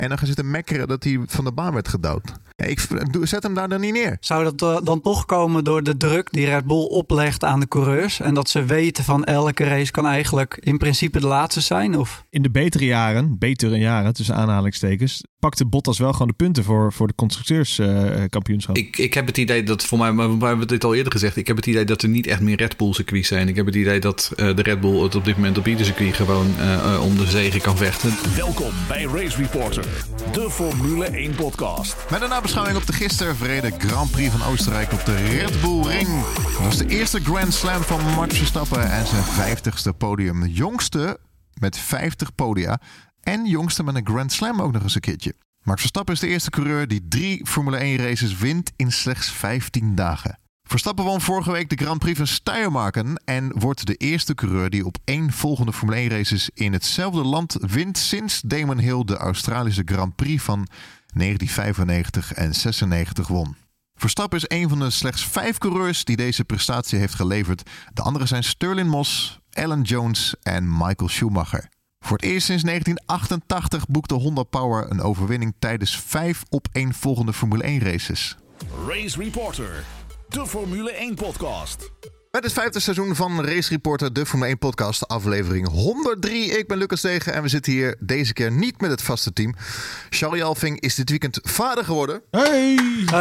En dan gaan zitten mekkeren dat hij van de baan werd gedouwd. Ja, ik zet hem daar dan niet neer. Zou dat dan toch komen door de druk die Red Bull oplegt aan de coureurs? En dat ze weten van elke race kan eigenlijk in principe de laatste zijn? Of? In de betere jaren, tussen aanhalingstekens, pakte Bottas wel gewoon de punten voor de constructeurskampioenschap. Ik heb het idee dat, voor mij, maar we hebben dit al eerder gezegd, ik heb het idee dat er niet echt meer Red Bull circuits zijn. Ik heb het idee dat de Red Bull het op dit moment op ieder circuit gewoon om de zege kan vechten. Welkom bij Race Reporter, de Formule 1 podcast. Met een nabeschouwing op de gisteren verreden Grand Prix van Oostenrijk op de Red Bull Ring. Dat was de eerste Grand Slam van Max Verstappen en zijn 50ste podium. De jongste met 50 podia en jongste met een Grand Slam ook nog eens een keertje. Max Verstappen is de eerste coureur die 3 Formule 1 races wint in slechts 15 dagen. Verstappen won vorige week de Grand Prix van Steiermarken en wordt de eerste coureur die op 1 volgende Formule 1 races in hetzelfde land wint sinds Damon Hill de Australische Grand Prix van 1995 en 96 won. Verstappen is een van de slechts 5 coureurs die deze prestatie heeft geleverd. De anderen zijn Stirling Moss, Alan Jones en Michael Schumacher. Voor het eerst sinds 1988 boekte Honda Power een overwinning tijdens 5 op 1 volgende Formule 1 races. Race Reporter, de Formule 1 podcast. Met het 5e seizoen van Race Reporter, de Formule 1 podcast, aflevering 103. Ik ben Lucas Degen en we zitten hier deze keer niet met het vaste team. Charlie Alving is dit weekend vader geworden. Hey!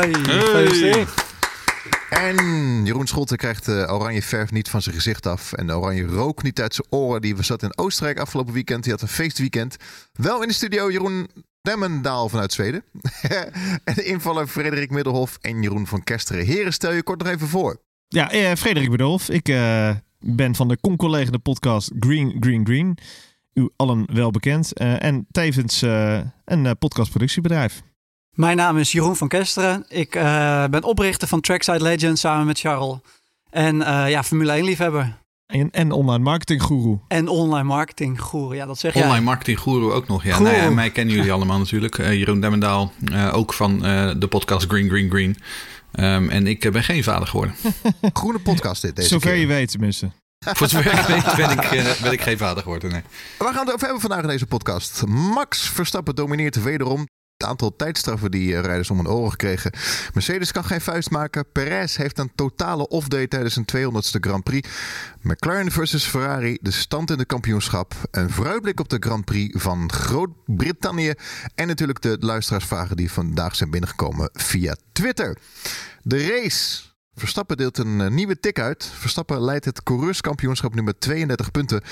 En Jeroen Scholte krijgt de oranje verf niet van zijn gezicht af. En de oranje rook niet uit zijn oren. Die zat in Oostenrijk afgelopen weekend. Die had een feestweekend. Wel in de studio Jeroen Demmendaal vanuit Zweden. En de invaller Frederik Middelhof en Jeroen van Kesteren. Heren, stel je kort nog even voor. Ja, Frederik Middelhof. Ik ben van de concollegende podcast Green. U allen wel bekend. En tevens een podcastproductiebedrijf. Mijn naam is Jeroen van Kesteren. Ik ben oprichter van Trackside Legends samen met Charles. En Formule 1 liefhebber. En online marketinggoeroe. En online marketinggoeroe, ja, dat zeg jij. Online marketinggoeroe ook nog, ja. Nou ja, mij kennen jullie allemaal natuurlijk. Jeroen Demmendaal, ook van de podcast Green. En ik ben geen vader geworden. Groene podcast dit, deze Zover keer. je weet tenminste. Voor zover ik weet ben ik geen vader geworden, nee. Waar gaan we het over hebben vandaag in deze podcast? Max Verstappen domineert wederom. Het aantal tijdstraffen die rijders om hun oren gekregen. Mercedes kan geen vuist maken. Perez heeft een totale off-day tijdens een 200ste Grand Prix. McLaren versus Ferrari, de stand in de kampioenschap. Een vooruitblik op de Grand Prix van Groot-Brittannië. En natuurlijk de luisteraarsvragen die vandaag zijn binnengekomen via Twitter. De race. Verstappen deelt een nieuwe tik uit. Verstappen leidt het coureurskampioenschap nu met 32 punten.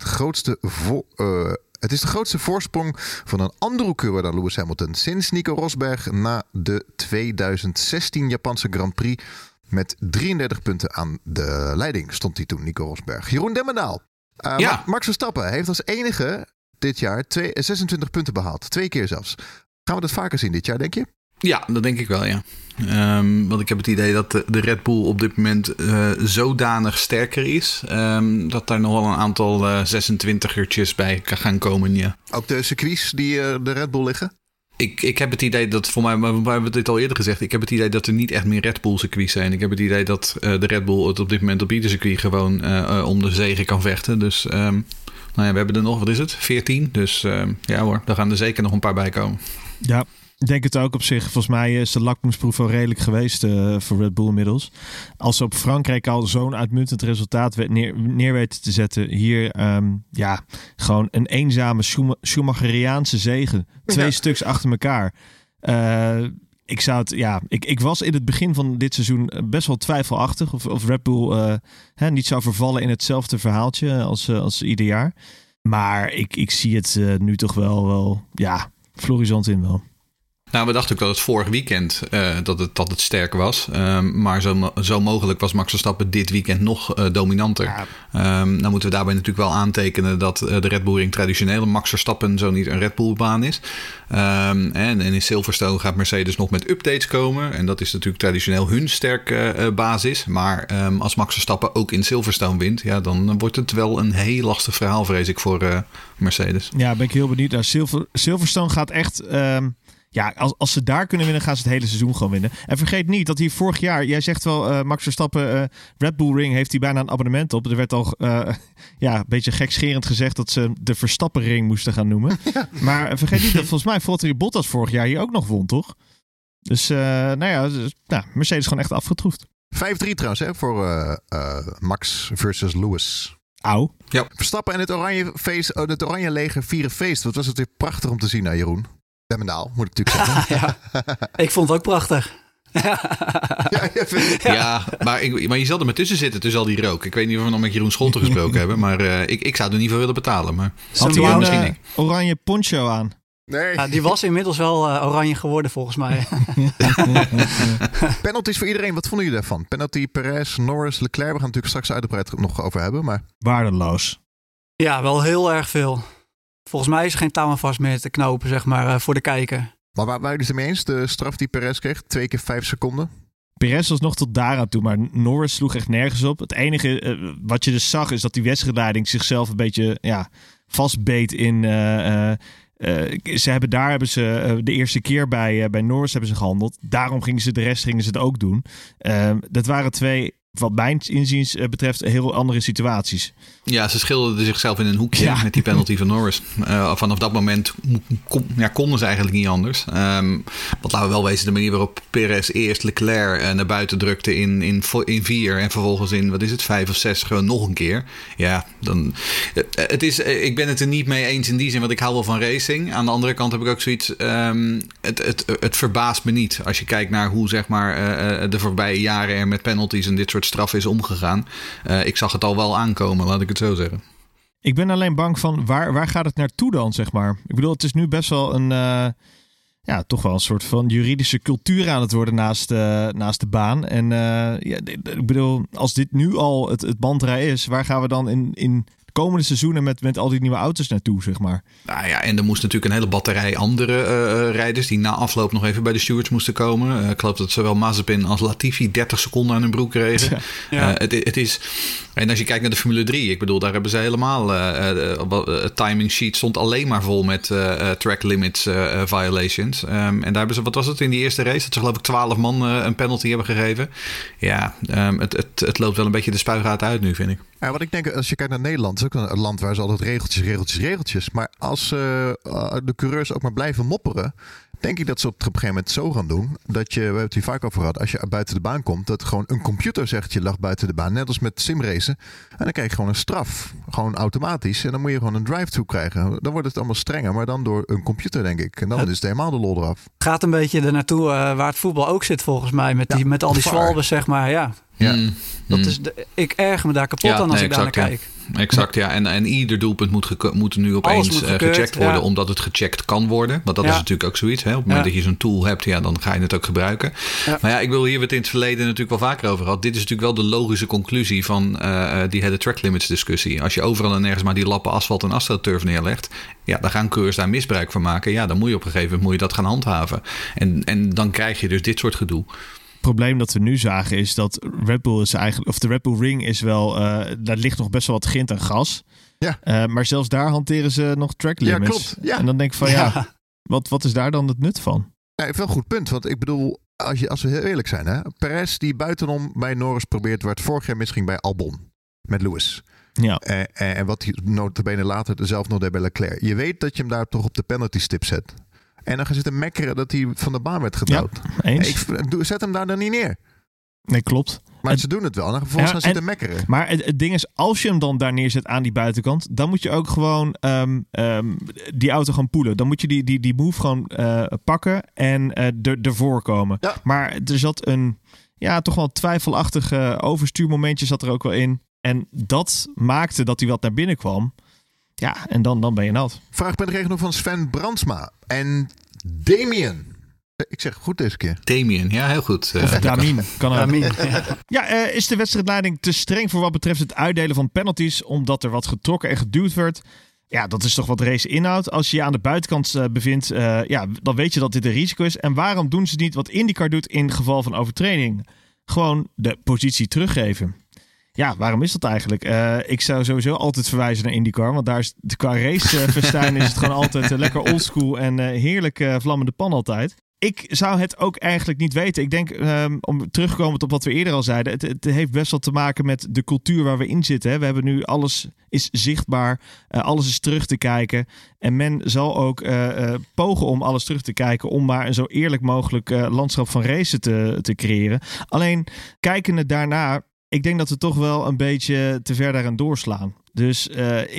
Het is de grootste voorsprong van een andere coureur dan Lewis Hamilton sinds Nico Rosberg na de 2016 Japanse Grand Prix. Met 33 punten aan de leiding stond hij toen, Nico Rosberg. Jeroen Demmendaal. Max Verstappen heeft als enige dit jaar 26 punten behaald. 2 keer zelfs. Gaan we dat vaker zien dit jaar, denk je? Ja, dat denk ik wel, ja. Want ik heb het idee dat de Red Bull op dit moment zodanig sterker is. Dat daar nog wel een aantal 26ertjes bij gaan komen, ja. Ook de circuits die de Red Bull liggen? Ik heb het idee dat, voor mij, maar we hebben dit al eerder gezegd, ik heb het idee dat er niet echt meer Red Bull circuits zijn. Ik heb het idee dat de Red Bull het op dit moment op ieder circuit gewoon om de zege kan vechten. Dus we hebben er nog, wat is het? 14. Dus ja hoor, daar gaan er zeker nog een paar bij komen. Ja. Ik denk het ook op zich. Volgens mij is de lakmoesproef al redelijk geweest voor Red Bull inmiddels. Als ze op Frankrijk al zo'n uitmuntend resultaat neer weten te zetten. Hier gewoon een eenzame Schumacheriaanse zege. 2 stuks achter elkaar. Ik was in het begin van dit seizoen best wel twijfelachtig. Of Red Bull niet zou vervallen in hetzelfde verhaaltje als ieder jaar. Maar ik zie het nu toch wel florisant in wel. Nou, we dachten ook dat het vorig weekend dat het sterk was. Maar zo mogelijk was Max Verstappen dit weekend nog dominanter. Ja. Nou moeten we daarbij natuurlijk wel aantekenen dat de Red Bull Ring traditionele Max Verstappen zo niet een Red Bull baan is. En in Silverstone gaat Mercedes nog met updates komen. En dat is natuurlijk traditioneel hun sterke basis. Maar als Max Verstappen ook in Silverstone wint, ja, dan wordt het wel een heel lastig verhaal, vrees ik, voor Mercedes. Ja, ben ik heel benieuwd. Silverstone gaat echt... Ja, als ze daar kunnen winnen, gaan ze het hele seizoen gewoon winnen. En vergeet niet dat hier vorig jaar... Jij zegt wel, Max Verstappen, Red Bull Ring heeft hij bijna een abonnement op. Er werd al een beetje gekscherend gezegd dat ze de Verstappen Ring moesten gaan noemen. Ja. Maar vergeet niet dat volgens mij Valtteri Bottas vorig jaar hier ook nog won, toch? Dus Mercedes gewoon echt afgetroefd. 5-3 trouwens, hè, voor Max versus Lewis. Auw. Ja. Verstappen en het oranje leger vieren feest. Wat was het weer prachtig om te zien, Jeroen. Bemmendaal, moet ik natuurlijk zeggen. Ja, ik vond het ook prachtig. Ja, maar je zal er maar tussen zitten, tussen al die rook. Ik weet niet of we nog met Jeroen Scholten gesproken hebben, maar ik zou er niet voor willen betalen. Maar had hij een oranje poncho aan? Nee. Ja, die was inmiddels wel oranje geworden volgens mij. Penalties voor iedereen. Wat vonden jullie daarvan? Penalty, Perez, Norris, Leclerc. We gaan natuurlijk straks uitgebreid nog over hebben. Maar... Waardeloos. Ja, wel heel erg veel. Volgens mij is er geen touw aan vast meer te knopen, zeg maar, voor de kijker. Maar waar waren jullie het mee eens? De straf die Perez kreeg, 2 keer 5 seconden. Perez was nog tot daaraan toe, maar Norris sloeg echt nergens op. Het enige wat je dus zag is dat die wedstrijdleiding zichzelf een beetje vastbeet in... Hebben ze de eerste keer bij Norris hebben ze gehandeld. Daarom gingen ze het ook doen. Dat waren 2, wat mijn inziens betreft, heel andere situaties. Ja, ze schilderden zichzelf in een hoekje met die penalty van Norris. Vanaf dat moment konden ze eigenlijk niet anders. Want laten we wel wezen, de manier waarop Perez eerst Leclerc naar buiten drukte in 4 en vervolgens in 5 of 6 gewoon nog een keer. Ja, dan... ik ben het er niet mee eens in die zin, want ik hou wel van racing. Aan de andere kant heb ik ook zoiets... Het verbaast me niet als je kijkt naar hoe zeg maar de voorbije jaren er met penalties en dit soort straf is omgegaan. Ik zag het al wel aankomen, laat ik het zo zeggen. Ik ben alleen bang van waar gaat het naartoe dan, zeg maar. Ik bedoel, het is nu best wel toch wel een soort van juridische cultuur aan het worden naast de baan. En ik bedoel, als dit nu al het bandrij is, waar gaan we dan in komende seizoenen met al die nieuwe auto's naartoe, zeg maar. Nou ja, en er moest natuurlijk een hele batterij andere rijders die na afloop nog even bij de stewards moesten komen. Ik geloof dat zowel Mazepin als Latifi 30 seconden aan hun broek kregen. Ja. Het is... En als je kijkt naar de Formule 3, ik bedoel, daar hebben ze helemaal... Het timing sheet stond alleen maar vol met track limits violations. En daar hebben ze, wat was het in die eerste race? Dat ze geloof ik 12 man een penalty hebben gegeven. Ja, het loopt wel een beetje de spuigaat uit nu, vind ik. Ja, wat ik denk, als je kijkt naar Nederland, is ook een land waar ze altijd regeltjes. Maar als de coureurs ook maar blijven mopperen, denk ik dat ze op een gegeven moment zo gaan doen. Dat we hebben het hier vaak over gehad, als je buiten de baan komt, dat gewoon een computer zegt je lag buiten de baan. Net als met simracen. En dan krijg je gewoon een straf. Gewoon automatisch. En dan moet je gewoon een drive-thru krijgen. Dan wordt het allemaal strenger, maar dan door een computer, denk ik. En dan is het helemaal de lol eraf. Gaat een beetje er naartoe waar het voetbal ook zit, volgens mij. Met al die zwalbes, zeg maar. Ja. Ik erger me daar kapot aan als ik daar naar kijk. Exact, ja. En ieder doelpunt moet nu opeens gecheckt worden, omdat het gecheckt kan worden. Want dat is natuurlijk ook zoiets. Hè? Op het moment dat je zo'n tool hebt, dan ga je het ook gebruiken. Ja. Maar ja, ik wil hier het in het verleden natuurlijk wel vaker over gehad. Dit is natuurlijk wel de logische conclusie van die hele track limits discussie. Als je overal en nergens maar die lappen asfalt en astroturf neerlegt, dan gaan coureurs daar misbruik van maken. Ja, dan moet je op een gegeven moment dat gaan handhaven. En dan krijg je dus dit soort gedoe. Het probleem dat we nu zagen is dat Red Bull is eigenlijk, of de Red Bull Ring is wel, daar ligt nog best wel wat grind en gas. Ja. Maar zelfs daar hanteren ze nog track limits. Ja, klopt. Ja. En dan denk ik van wat is daar dan het nut van? Ja, ik vind wel een goed punt. Want ik bedoel, als we heel eerlijk zijn, hè, Perez die buitenom bij Norris probeert, waar het vorig jaar misging bij Albon met Lewis. Ja. En wat hij notabene later zelf nog deed bij Leclerc. Je weet dat je hem daar toch op de penalty stip zet. En dan gaan zitten mekkeren dat hij van de baan werd gedouwd. Ja, eens. Zet hem daar dan niet neer. Nee, klopt. Maar ze doen het wel. En dan vervolgens gaan zitten mekkeren. Maar het ding is, als je hem dan daar neerzet aan die buitenkant, dan moet je ook gewoon die auto gaan poelen. Dan moet je die move gewoon pakken en ervoor komen. Ja. Maar er zat een toch wel twijfelachtig overstuurmomentje zat er ook wel in. En dat maakte dat hij wat naar binnen kwam. Ja, en dan ben je nat. Vraag bij de regel van Sven Brandsma en Damien. Ik zeg goed deze keer. Damien, ja, heel goed. Damien, kan ook. Is de wedstrijdleiding te streng voor wat betreft het uitdelen van penalties, omdat er wat getrokken en geduwd werd? Ja, dat is toch wat race inhoudt. Als je je aan de buitenkant bevindt, dan weet je dat dit een risico is. En waarom doen ze niet wat IndyCar doet in geval van overtreding? Gewoon de positie teruggeven. Ja, waarom is dat eigenlijk? Ik zou sowieso altijd verwijzen naar IndyCar. Want daar is qua racefestijn is het gewoon altijd lekker oldschool en heerlijk vlammende pan altijd. Ik zou het ook eigenlijk niet weten. Ik denk, om terugkomend op wat we eerder al zeiden, het heeft best wel te maken met de cultuur waar we in zitten. Hè. We hebben nu alles is zichtbaar, alles is terug te kijken. En men zal ook pogen om alles terug te kijken, om maar een zo eerlijk mogelijk landschap van racen te creëren. Alleen, kijkende daarna, ik denk dat we toch wel een beetje te ver daaraan doorslaan. Dus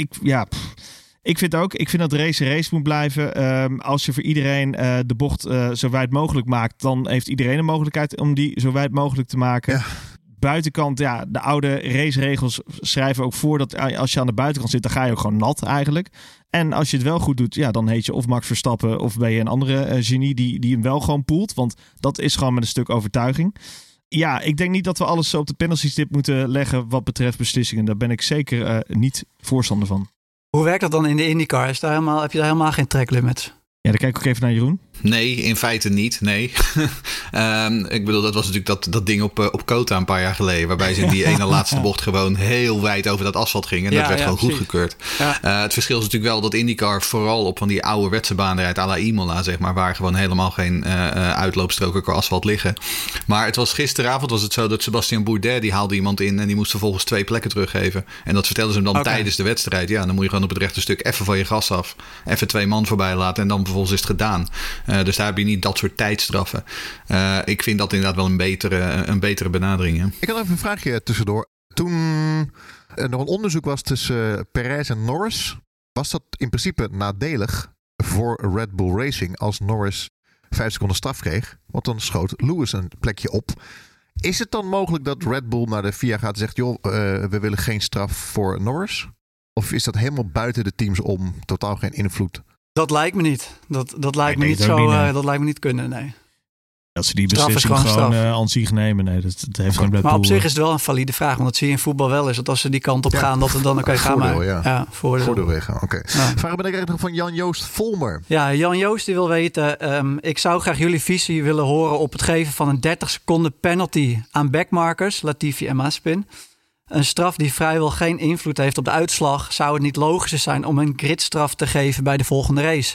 ik vind dat de race moet blijven. Als je voor iedereen de bocht zo wijd mogelijk maakt, dan heeft iedereen een mogelijkheid om die zo wijd mogelijk te maken. Ja. Buitenkant, de oude raceregels schrijven ook voor dat als je aan de buitenkant zit, dan ga je ook gewoon nat eigenlijk. En als je het wel goed doet, dan heet je of Max Verstappen of ben je een andere genie die hem wel gewoon poelt. Want dat is gewoon met een stuk overtuiging. Ja, ik denk niet dat we alles op de penalty-stip moeten leggen wat betreft beslissingen. Daar ben ik zeker niet voorstander van. Hoe werkt dat dan in de IndyCar? Heb je daar helemaal geen track limits? Ja, dan kijk ik ook even naar Jeroen. Nee, in feite niet. Nee. Ik bedoel, dat was natuurlijk dat ding op Kota een paar jaar geleden. Waarbij ze in die ene laatste bocht gewoon heel wijd over dat asfalt gingen. En dat werd gewoon goedgekeurd. Ja. Het verschil is natuurlijk wel dat IndyCar vooral op van die ouderwetse banen rijdt. À la Imola, zeg maar. Waar gewoon helemaal geen uitloopstroken qua asfalt liggen. Maar het was gisteravond was het zo dat Sebastian Bourdais, die haalde iemand in. En die moest vervolgens 2 plekken teruggeven. En dat vertelden ze hem dan tijdens de wedstrijd. Ja, dan moet je gewoon op het rechte stuk even van je gas af. Even 2 man voorbij laten. En dan vervolgens is het gedaan. Dus daar heb je niet dat soort tijdstraffen. Ik vind dat inderdaad wel een betere benadering. Hè? Ik had even een vraagje tussendoor. Toen er nog een onderzoek was tussen Perez en Norris, was dat in principe nadelig voor Red Bull Racing als Norris 5 seconden straf kreeg? Want dan schoot Lewis een plekje op. Is het dan mogelijk dat Red Bull naar de FIA gaat en zegt, joh, we willen geen straf voor Norris? Of is dat helemaal buiten de teams om, totaal geen invloed? Dat lijkt me niet. Dat lijkt me niet zo. Dat lijkt me niet kunnen, nee. Dat ze die beslissing gewoon aan zich nemen. Nee, dat heeft geen Red Bull. Maar op zich is het wel een valide vraag. Want dat zie je in voetbal wel eens. Dat als ze die kant op gaan, dat het dan oké gaan. Maar voordeel weggaan. Oké. Vragen ben ik eigenlijk nog van Jan-Joost Volmer. Ja, Jan-Joost die wil weten. Ik zou graag jullie visie willen horen op het geven van een 30 seconden penalty aan backmarkers, Latifi en Mazepin. Een straf die vrijwel geen invloed heeft op de uitslag. Zou het niet logischer zijn om een gridstraf te geven bij de volgende race?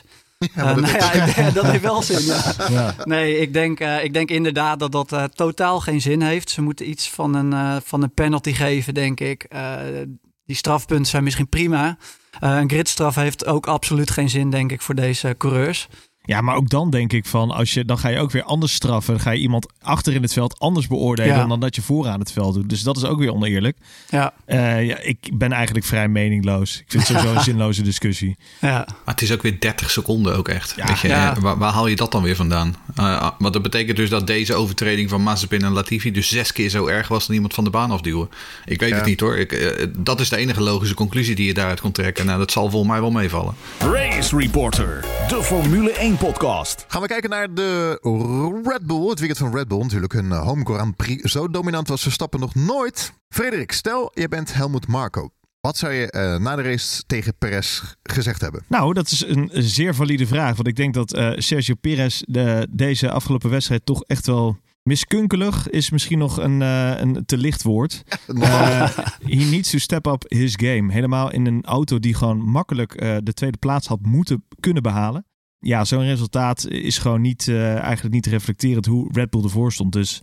Dat heeft wel zin. Ja. Ja. Nee, ik denk inderdaad dat totaal geen zin heeft. Ze moeten iets van een penalty geven, denk ik. Die strafpunten zijn misschien prima. Een gridstraf heeft ook absoluut geen zin, denk ik, voor deze coureurs. Ja, maar ook dan denk ik van, dan ga je ook weer anders straffen. Dan ga je iemand achter in het veld anders beoordelen dan dat je vooraan het veld doet. Dus dat is ook weer oneerlijk. Ja. Ik ben eigenlijk vrij meningloos. Ik vind het sowieso een zinloze discussie. Ja. Maar het is ook weer 30 seconden ook echt. Ja. Weet je, waar haal je dat dan weer vandaan? Want dat betekent dus dat deze overtreding van Mazepin en Latifi dus 6 keer zo erg was dan iemand van de baan afduwen. Ik weet het niet hoor. Dat is de enige logische conclusie die je daaruit kon trekken. Nou, dat zal volgens mij wel meevallen. Race Reporter, de Formule 1 podcast. Gaan we kijken naar de Red Bull. Het weekend van Red Bull. Natuurlijk hun home Grand Prix. Zo dominant was Verstappen nog nooit. Frederik, stel je bent Helmut Marko. Wat zou je na de race tegen Perez gezegd hebben? Nou, dat is een zeer valide vraag. Want ik denk dat Sergio Perez deze afgelopen wedstrijd toch echt wel miskunkelig is misschien nog een te licht woord. He needs to step up his game. Helemaal in een auto die gewoon makkelijk de tweede plaats had moeten kunnen behalen. Ja, zo'n resultaat is gewoon eigenlijk niet reflecterend hoe Red Bull ervoor stond. Dus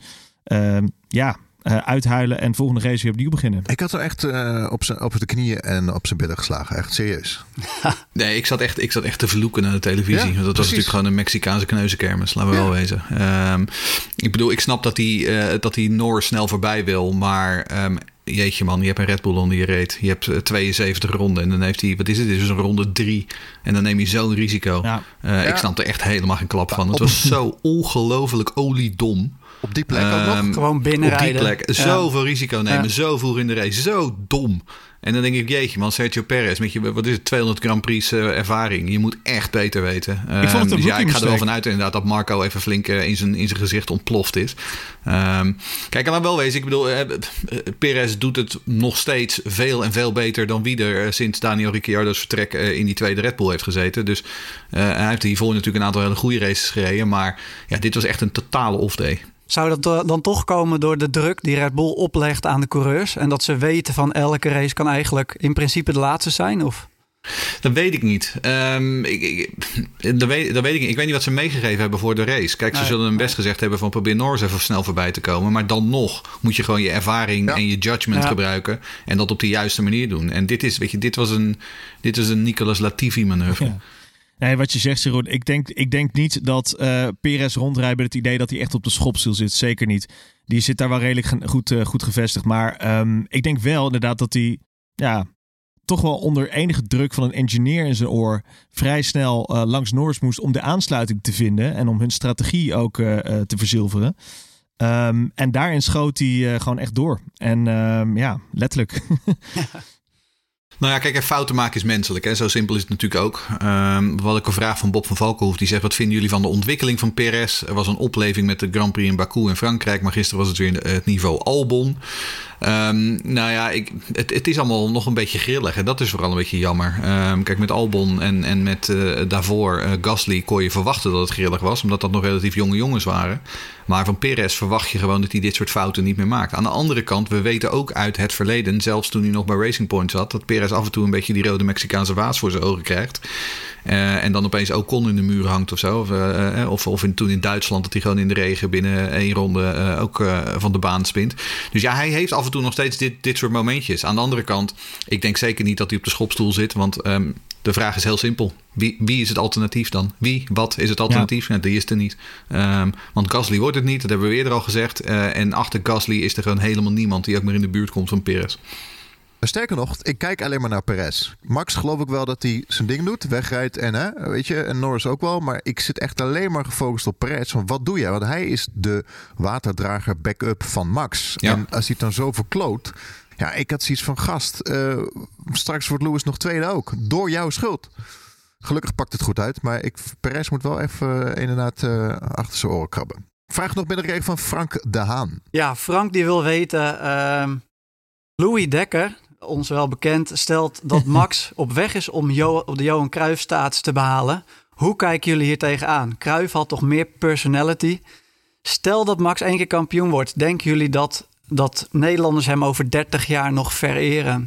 uithuilen en volgende race weer opnieuw beginnen. Ik had er echt op de knieën en op zijn billen geslagen. Echt serieus. Nee, ik zat echt te vloeken naar de televisie. Ja, dat was natuurlijk gewoon een Mexicaanse kneuzenkermis. Laten we wel wezen. Ik bedoel, ik snap dat hij Norris snel voorbij wil. Maar jeetje man, je hebt een Red Bull onder je reet. Je hebt 72 ronden en dan heeft hij, wat is het? Dit is een ronde 3. En dan neem je zo'n risico. Ja. Ik snap er echt helemaal geen klap van. Het was zo ongelooflijk oliedom. Op die plek ook nog? Gewoon binnenrijden. Op die plek. Zoveel risico nemen. Zo vroeg in de race. Zo dom. En dan denk ik, jeetje man, Sergio Perez met je, wat is het, 200 Grand Prix ervaring. Je moet echt beter weten. Ik vond het ik ga er wel vanuit inderdaad dat Marco even flink in zijn gezicht ontploft is. Kijk, en dan wel wezen. Ik bedoel, Perez doet het nog steeds veel en veel beter dan wie er sinds Daniel Ricciardo's vertrek in die tweede Red Bull heeft gezeten. Dus hij heeft hiervoor natuurlijk een aantal hele goede races gereden. Maar ja, dit was echt een totale off-day. Zou dat dan toch komen door de druk die Red Bull oplegt aan de coureurs? En dat ze weten van elke race kan eigenlijk in principe de laatste zijn? Of? Dat weet ik niet. Dat weet ik niet. Ik weet niet wat ze meegegeven hebben voor de race. Kijk, ze zullen hun best gezegd hebben van probeer Norris even snel voorbij te komen. Maar dan nog moet je gewoon je ervaring en je judgment gebruiken. En dat op de juiste manier doen. En dit was een Nicolas Latifi manoeuvre. Ja. Nee, wat je zegt, Jeroen. Ik denk niet dat Perez rondrijdt met het idee dat hij echt op de schopstoel zit. Zeker niet. Die zit daar wel redelijk goed gevestigd. Maar ik denk wel inderdaad dat hij toch wel onder enige druk van een engineer in zijn oor vrij snel langs Norris moest om de aansluiting te vinden en om hun strategie ook te verzilveren. En daarin schoot hij gewoon echt door. En letterlijk. Nou ja, kijk, fouten maken is menselijk. Hè? Zo simpel is het natuurlijk ook. Wat ik een vraag van Bob van Valkenhoef. Die zegt, wat vinden jullie van de ontwikkeling van Perez? Er was een opleving met de Grand Prix in Baku in Frankrijk. Maar gisteren was het weer het niveau Albon. Het is allemaal nog een beetje grillig. En dat is vooral een beetje jammer. Kijk, met Albon en met daarvoor Gasly kon je verwachten dat het grillig was. Omdat dat nog relatief jonge jongens waren. Maar van Perez verwacht je gewoon dat hij dit soort fouten niet meer maakt. Aan de andere kant, we weten ook uit het verleden, zelfs toen hij nog bij Racing Point zat, dat Perez af en toe een beetje die rode Mexicaanse vaas voor zijn ogen krijgt. En dan opeens Ocon in de muur hangt of zo. Toen in Duitsland dat hij gewoon in de regen binnen 1 ronde ook van de baan spint. Dus ja, hij heeft af en toe nog steeds dit soort momentjes. Aan de andere kant, ik denk zeker niet dat hij op de schopstoel zit. Want de vraag is heel simpel. Wie is het alternatief dan? Wat is het alternatief? Ja. Die is er niet. Want Gasly wordt het niet. Dat hebben we eerder al gezegd. En achter Gasly is er gewoon helemaal niemand die ook maar in de buurt komt van Perez. Sterker nog, ik kijk alleen maar naar Perez. Max geloof ik wel dat hij zijn ding doet, wegrijdt en Norris ook wel. Maar ik zit echt alleen maar gefocust op Perez. Van wat doe jij? Want hij is de waterdrager backup van Max. Ja. En als hij het dan zo verkloot. Ja, ik had zoiets van gast. Straks wordt Lewis nog tweede ook. Door jouw schuld. Gelukkig pakt het goed uit. Maar Perez moet wel even inderdaad achter zijn oren krabben. Vraag nog binnengekregen van Frank de Haan. Ja, Frank die wil weten. Louis Dekker, ons wel bekend, stelt dat Max op weg is om op de Johan Cruijff-status te behalen. Hoe kijken jullie hier tegenaan? Cruijff had toch meer personality? Stel dat Max 1 keer kampioen wordt. Denken jullie dat Nederlanders hem over 30 jaar nog vereren?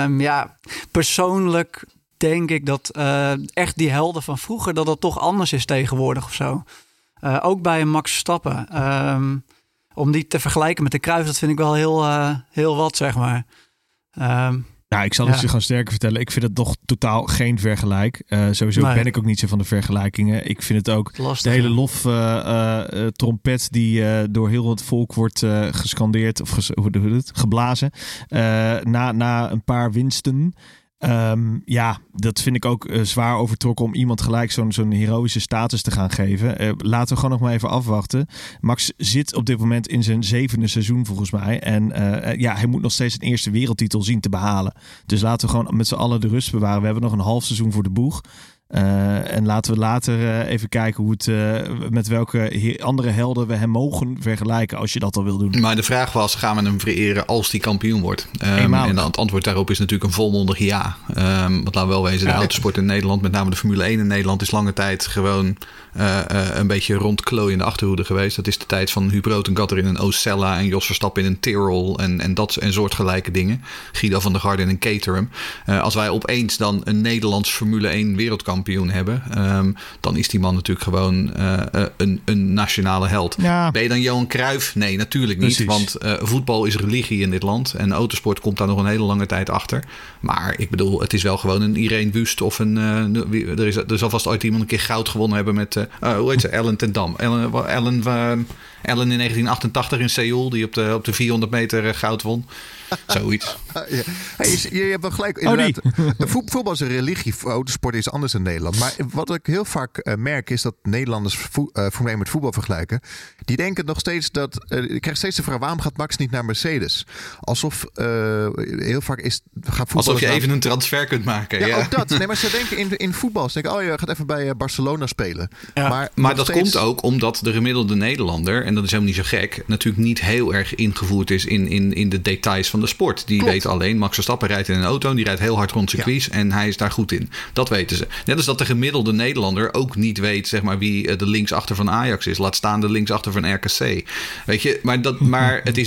Persoonlijk denk ik dat echt die helden van vroeger, dat het toch anders is tegenwoordig of zo. Ook bij een Max Verstappen. Om die te vergelijken met de Cruijff, dat vind ik wel heel wat, zeg maar. Ik zal het je gewoon sterker vertellen. Ik vind het nog totaal geen vergelijk. Sowieso ben ik ook niet zo van de vergelijkingen. Ik vind het ook lastig, de hele lof trompet die door heel het volk wordt gescandeerd of geblazen. Na een paar winsten. Dat vind ik ook zwaar overtrokken om iemand gelijk zo'n heroïsche status te gaan geven. Laten we gewoon nog maar even afwachten. Max zit op dit moment in zijn 7e seizoen volgens mij. En hij moet nog steeds een eerste wereldtitel zien te behalen. Dus laten we gewoon met z'n allen de rust bewaren. We hebben nog een half seizoen voor de boeg. En laten we later even kijken hoe het met welke andere helden we hem mogen vergelijken, als je dat al wil doen. Maar de vraag was, gaan we hem vereren als hij kampioen wordt? En het antwoord daarop is natuurlijk een volmondig ja. Want laten we wel wezen, de autosport in Nederland, met name de Formule 1 in Nederland, is lange tijd gewoon een beetje rondklooien in de achterhoede geweest. Dat is de tijd van Huub Rotengatter in een Ocella en Jos Verstappen in een Tyrrell en soortgelijke dingen. Guido van der Garde in een Caterham. Als wij opeens dan een Nederlands Formule 1 wereldkampioen hebben, dan is die man natuurlijk gewoon een nationale held. Ja. Ben je dan Johan Cruijff? Nee, natuurlijk niet. Precies. Want voetbal is religie in dit land en autosport komt daar nog een hele lange tijd achter. Maar ik bedoel, het is wel gewoon een Irene Wust of er zal vast ooit iemand een keer goud gewonnen hebben met hoe heet ze? Ellen ten Dam. Ellen in 1988 in Seoul, die op de 400 meter goud won. Zoiets. Je hebt wel gelijk. Inderdaad, voetbal is een religie. Autosport is anders in Nederland. Maar wat ik heel vaak merk is dat Nederlanders Formule 1 met voetbal vergelijken. Die denken nog steeds dat... ik krijg steeds de vraag, waarom gaat Max niet naar Mercedes? Alsof heel vaak gaat voetbal... Alsof je even een transfer kunt maken. Ja, ook dat. Nee, maar ze denken in voetbal. Ze denken, je gaat even bij Barcelona spelen. Ja. Maar dat komt ook omdat de gemiddelde Nederlander... en en dat is helemaal niet zo gek, natuurlijk niet heel erg ingevoerd is in de details van de sport. Die weten alleen, Max Verstappen rijdt in een auto en die rijdt heel hard rond circuits en hij is daar goed in. Dat weten ze. Net als dat de gemiddelde Nederlander ook niet weet, zeg maar, wie de linksachter van Ajax is. Laat staan de linksachter van RKC. Weet je, maar het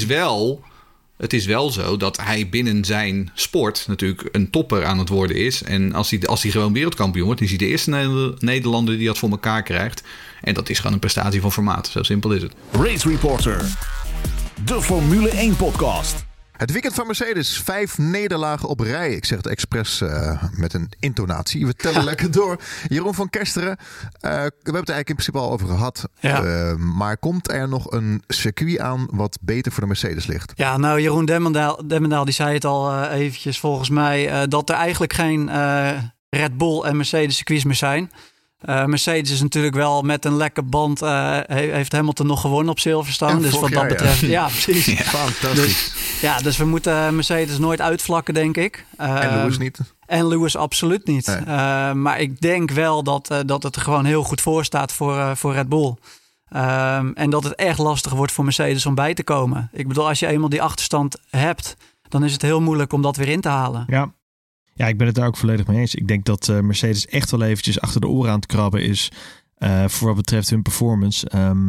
is wel zo dat hij binnen zijn sport natuurlijk een topper aan het worden is. En als hij gewoon wereldkampioen wordt, is hij de eerste Nederlander die dat voor elkaar krijgt. En dat is gewoon een prestatie van formaat. Zo simpel is het. Race Reporter, de Formule 1 podcast. Het weekend van Mercedes, 5 nederlagen op rij. Ik zeg het expres met een intonatie. We tellen lekker door. Jeroen van Kesteren, we hebben het eigenlijk in principe al over gehad. Ja. Maar komt er nog een circuit aan wat beter voor de Mercedes ligt? Ja, nou Jeroen Demmendaal die zei het al eventjes volgens mij. Dat er eigenlijk geen Red Bull en Mercedes circuits meer zijn. Mercedes is natuurlijk wel met een lekker band. Heeft Hamilton nog gewonnen op Silverstone. Dus wat dat betreft. Ja, precies. Ja, fantastisch. Dus we moeten Mercedes nooit uitvlakken, denk ik. En Lewis niet. En Lewis absoluut niet. Nee. Maar ik denk wel dat het er gewoon heel goed voor staat voor Red Bull. En dat het echt lastig wordt voor Mercedes om bij te komen. Ik bedoel, als je eenmaal die achterstand hebt, dan is het heel moeilijk om dat weer in te halen. Ja, ik ben het daar ook volledig mee eens. Ik denk dat Mercedes echt wel eventjes achter de oren aan het krabben is voor wat betreft hun performance.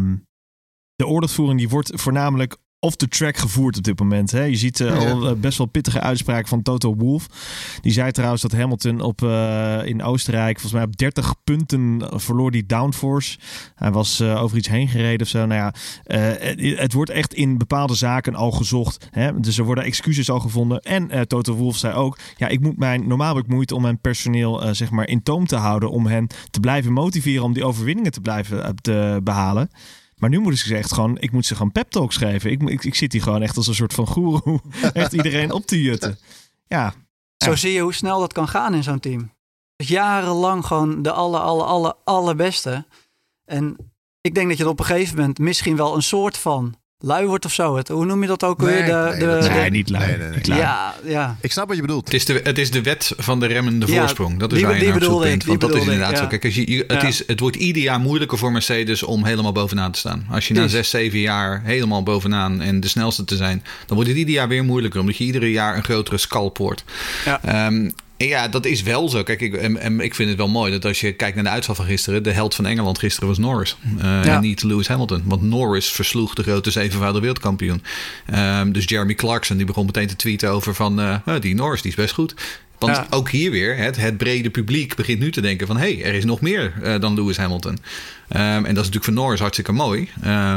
De oorlogsvoering die wordt voornamelijk off the track gevoerd op dit moment. Hè? Je ziet al best wel pittige uitspraken van Toto Wolff. Die zei trouwens dat Hamilton in Oostenrijk volgens mij op 30 punten verloor die downforce. Hij was over iets heen gereden of zo. Nou ja, het wordt echt in bepaalde zaken al gezocht. Hè? Dus er worden excuses al gevonden. En Toto Wolff zei ook, ja, normaal heb ik moeite om mijn personeel zeg maar in toom te houden, om hen te blijven motiveren om die overwinningen te blijven behalen. Maar nu moet ik moet ze gewoon pep talks geven. Ik zit hier gewoon echt als een soort van goeroe. Echt iedereen op te jutten. Ja. Zo zie je hoe snel dat kan gaan in zo'n team. Dus jarenlang gewoon de allerbeste. En ik denk dat je op een gegeven moment misschien wel een soort van lui wordt of zo. Hoe noem je dat ook weer? Niet lui. Nee. Ja. Ik snap wat je bedoelt. Het is de wet van de remmende voorsprong. Dat is waar je naar op zoek bent. Want dat is inderdaad zo. Kijk, het wordt ieder jaar moeilijker voor Mercedes om helemaal bovenaan te staan. Als je na 6-7 jaar helemaal bovenaan en de snelste te zijn, dan wordt het ieder jaar weer moeilijker. Omdat je iedere jaar een grotere scalp wordt. Ja. En ja, dat is wel zo. Kijk, ik vind het wel mooi dat als je kijkt naar de uitslag van gisteren, de held van Engeland gisteren was Norris. En niet Lewis Hamilton. Want Norris versloeg de grote 7-voudige wereldkampioen. Dus Jeremy Clarkson die begon meteen te tweeten over van die Norris die is best goed. Want ook hier weer, het brede publiek begint nu te denken van er is nog meer dan Lewis Hamilton. En dat is natuurlijk voor Norris hartstikke mooi.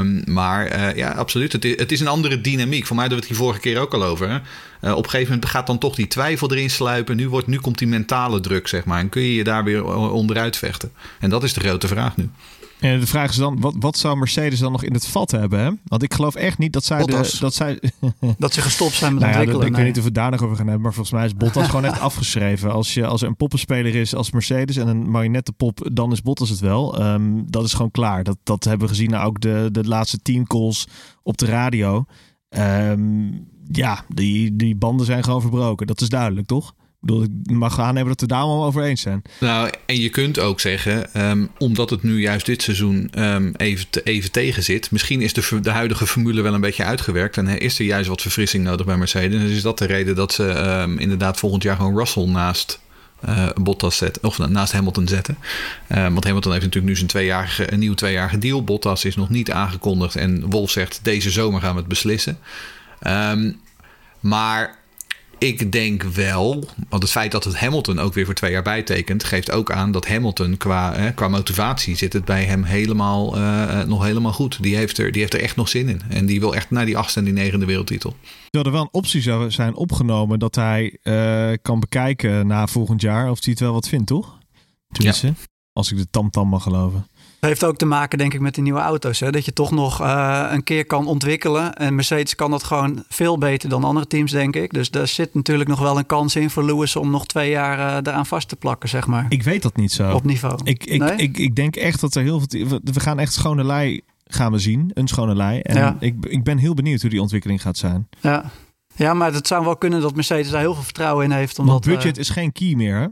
Maar absoluut. Het is een andere dynamiek. Voor mij hadden we het hier vorige keer ook al over. Hè? Op een gegeven moment gaat dan toch die twijfel erin sluipen. Nu komt die mentale druk, zeg maar. En kun je daar weer onderuit vechten. En dat is de grote vraag nu. En de vraag is dan, wat zou Mercedes dan nog in het vat hebben? Hè? Want ik geloof echt niet dat zij dat ze gestopt zijn met ontwikkelen. Ik weet niet of we het daar nog over gaan hebben. Maar volgens mij is Bottas gewoon echt afgeschreven. Als er een poppenspeler is als Mercedes en een marionettepop, dan is Bottas het wel. Dat is gewoon klaar. Dat hebben we gezien na ook de laatste teamcalls op de radio. Die banden zijn gewoon verbroken. Dat is duidelijk, toch? Ik bedoel, ik mag aannemen dat we daar allemaal over eens zijn. Nou, en je kunt ook zeggen, omdat het nu juist dit seizoen even tegen zit, misschien is de huidige formule wel een beetje uitgewerkt en is er juist wat verfrissing nodig bij Mercedes. Dus is dat de reden dat ze inderdaad volgend jaar gewoon Russell naast Bottas zetten, of naast Hamilton zetten. Want Hamilton heeft natuurlijk nu een nieuw 2-jarige deal. Bottas is nog niet aangekondigd en Wolff zegt deze zomer gaan we het beslissen. Maar ik denk wel, want het feit dat het Hamilton ook weer voor 2 jaar bijtekent, geeft ook aan dat Hamilton qua motivatie zit het bij hem nog helemaal goed. Die heeft er echt nog zin in. En die wil echt naar die 8e en die 9e wereldtitel. Terwijl er wel een optie zou zijn opgenomen dat hij kan bekijken na volgend jaar of hij het wel wat vindt, toch? Tenminste, ja. Als ik de tamtam mag geloven. Dat heeft ook te maken, denk ik, met die nieuwe auto's. Hè? Dat je toch nog een keer kan ontwikkelen. En Mercedes kan dat gewoon veel beter dan andere teams, denk ik. Dus daar zit natuurlijk nog wel een kans in voor Lewis om nog 2 jaar daaraan vast te plakken, zeg maar. Ik weet dat niet zo. Op niveau. Ik denk echt dat er heel veel... We gaan echt schone lei gaan we zien. Een schone lei. En ik ben heel benieuwd hoe die ontwikkeling gaat zijn. Ja, maar het zou wel kunnen dat Mercedes daar heel veel vertrouwen in heeft. Want budget is geen key meer, hè?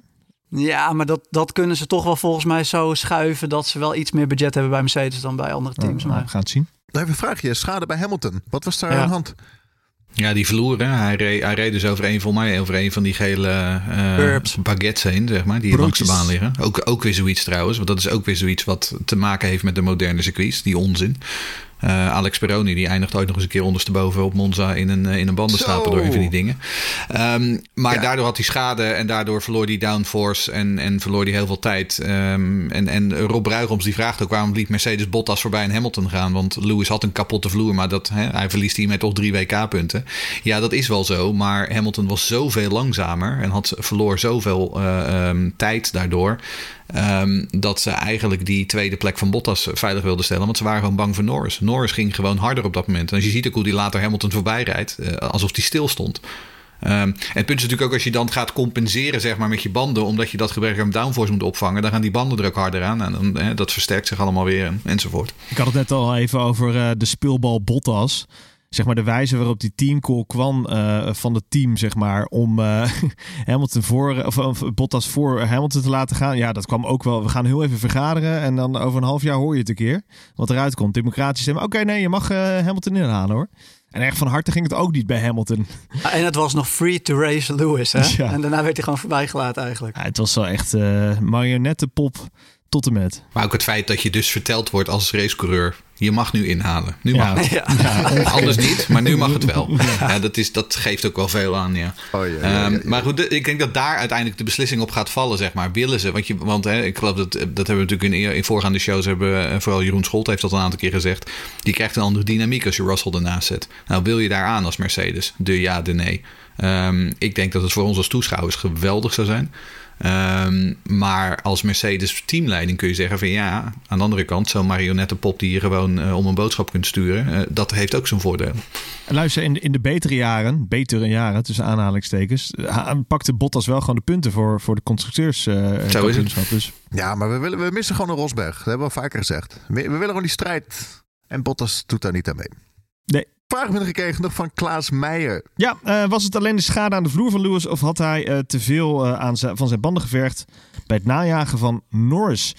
Ja, maar dat kunnen ze toch wel volgens mij zo schuiven dat ze wel iets meer budget hebben bij Mercedes dan bij andere teams. We gaan het zien. Even een vraagje. Schade bij Hamilton. Wat was daar aan de hand? Ja, die vloer. Hè? Hij reed dus over een van die gele baguettes heen, zeg maar, die langs de baan liggen. Ook weer zoiets trouwens, want dat is ook weer zoiets wat te maken heeft met de moderne circuits, die onzin. Alex Peroni, die eindigt ooit nog eens een keer ondersteboven op Monza in een bandenstapel door een van die dingen. Maar daardoor had hij schade en daardoor verloor hij downforce en verloor hij heel veel tijd. En Rob Bruigoms die vraagt ook waarom liet Mercedes Bottas voorbij en Hamilton gaan. Want Lewis had een kapotte vloer, maar hij verliest hiermee toch 3 WK-punten. Ja, dat is wel zo, maar Hamilton was zoveel langzamer en verloor zoveel tijd daardoor. Dat ze eigenlijk die tweede plek van Bottas veilig wilden stellen. Want ze waren gewoon bang voor Norris. Norris ging gewoon harder op dat moment. En als je ziet ook hoe die later Hamilton voorbij rijdt. Alsof die stil stond. En het punt is natuurlijk ook als je dan gaat compenseren zeg maar, met je banden. Omdat je dat gebrek aan downforce moet opvangen. Dan gaan die banden er ook harder aan. En dat versterkt zich allemaal weer enzovoort. Ik had het net al even over de speelbal Bottas. Zeg maar de wijze waarop die teamcall kwam van het team, zeg maar, om Hamilton of Bottas voor Hamilton te laten gaan. Ja, dat kwam ook wel. We gaan heel even vergaderen en dan over een half jaar hoor je het een keer. Wat eruit komt. Democratisch stemmen. Oké, nee, je mag Hamilton inhalen hoor. En echt van harte ging het ook niet bij Hamilton. En het was nog free to race Lewis, hè? Ja. En daarna werd hij gewoon voorbij gelaten eigenlijk. Ja, het was wel echt marionettenpop tot en met. Maar ook het feit dat je dus verteld wordt als racecoureur. Je mag nu inhalen. Nu mag het. Ja. Anders niet, maar nu mag het wel. Ja, dat geeft ook wel veel aan, ja. Maar goed, ik denk dat daar uiteindelijk de beslissing op gaat vallen, zeg maar. Willen ze? Want ik geloof dat hebben we natuurlijk in voorgaande shows vooral Jeroen Scholt heeft dat een aantal keer gezegd. Die krijgt een andere dynamiek als je Russell ernaast zet. Nou, wil je daar aan als Mercedes? De ja, de nee. Ik denk dat het voor ons als toeschouwers geweldig zou zijn. Maar als Mercedes teamleiding kun je zeggen van ja, aan de andere kant, zo'n marionettenpop die je gewoon om een boodschap kunt sturen, dat heeft ook zijn voordeel. En luister, in de betere jaren, tussen aanhalingstekens, pakte Bottas wel gewoon de punten voor de constructeurs. Zo is het. Dus. Ja, maar we missen gewoon een Rosberg. Dat hebben we al vaker gezegd. We willen gewoon die strijd. En Bottas doet daar niet aan mee. Nee. Vraag gekregen nog van Klaas Meijer. Ja, was het alleen de schade aan de vloer van Lewis of had hij te veel van zijn banden gevergd bij het najagen van Norris?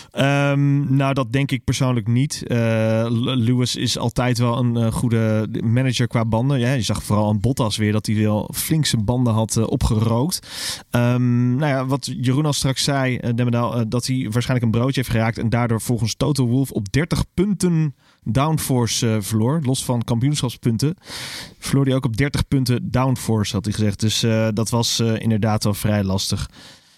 Nou, dat denk ik persoonlijk niet. Lewis is altijd wel een goede manager qua banden. Ja, je zag vooral aan Bottas weer dat hij wel flink zijn banden had opgerookt. Nou ja, wat Jeroen al straks zei, dat hij waarschijnlijk een broodje heeft geraakt en daardoor volgens Toto Wolff op 30 punten downforce verloor, los van kampioenschapspunten. Verloor hij ook op 30 punten downforce, had hij gezegd. Dus dat was inderdaad wel vrij lastig.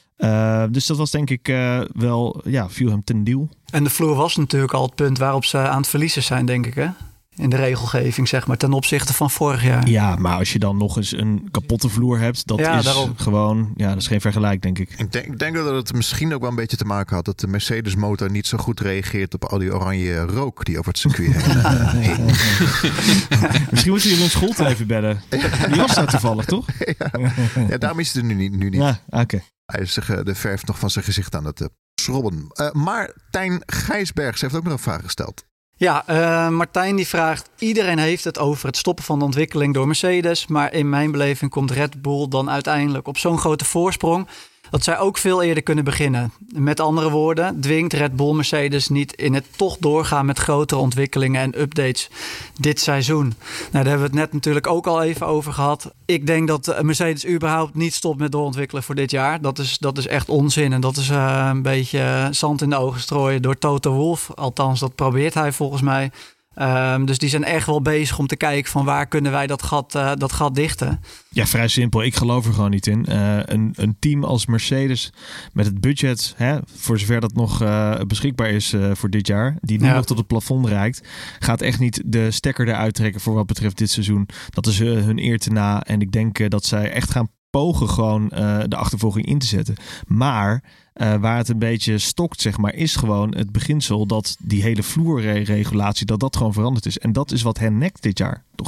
Dus dat was denk ik wel, viel hem ten deel. En de vloer was natuurlijk al het punt waarop ze aan het verliezen zijn, denk ik, hè? In de regelgeving, zeg maar, ten opzichte van vorig jaar. Ja, maar als je dan nog eens een kapotte vloer hebt, dat is daarom gewoon, dat is geen vergelijk, denk ik. Ik denk dat het misschien ook wel een beetje te maken had dat de Mercedes motor niet zo goed reageert op al die oranje rook die over het circuit heen. Misschien moet je Jeroen Scholt even bellen. Die was daar toevallig, toch? Ja, daarom is het er nu niet. Ja, oké. Hij is de verf nog van zijn gezicht aan het schrobben. Martijn Gijsbergs heeft ook nog een vraag gesteld. Ja, Martijn die vraagt, iedereen heeft het over het stoppen van de ontwikkeling door Mercedes, maar in mijn beleving komt Red Bull dan uiteindelijk op zo'n grote voorsprong dat zij ook veel eerder kunnen beginnen. Met andere woorden, dwingt Red Bull Mercedes niet in het toch doorgaan met grotere ontwikkelingen en updates dit seizoen. Nou, daar hebben we het net natuurlijk ook al even over gehad. Ik denk dat Mercedes überhaupt niet stopt met doorontwikkelen voor dit jaar. Dat is echt onzin en dat is een beetje zand in de ogen strooien door Toto Wolff. Althans, dat probeert hij volgens mij. Dus die zijn echt wel bezig om te kijken van waar kunnen wij dat gat dichten. Ja, vrij simpel. Ik geloof er gewoon niet in. Een team als Mercedes met het budget, voor zover dat nog beschikbaar is voor dit jaar, die nu nog tot het plafond reikt, gaat echt niet de stekker eruit trekken voor wat betreft dit seizoen. Dat is hun eer te na. En ik denk dat zij echt gaan pogen gewoon de achtervolging in te zetten. Maar waar het een beetje stokt, zeg maar, is gewoon het beginsel dat die hele vloerregulatie, dat gewoon veranderd is. En dat is wat hen nekt dit jaar, toch wel.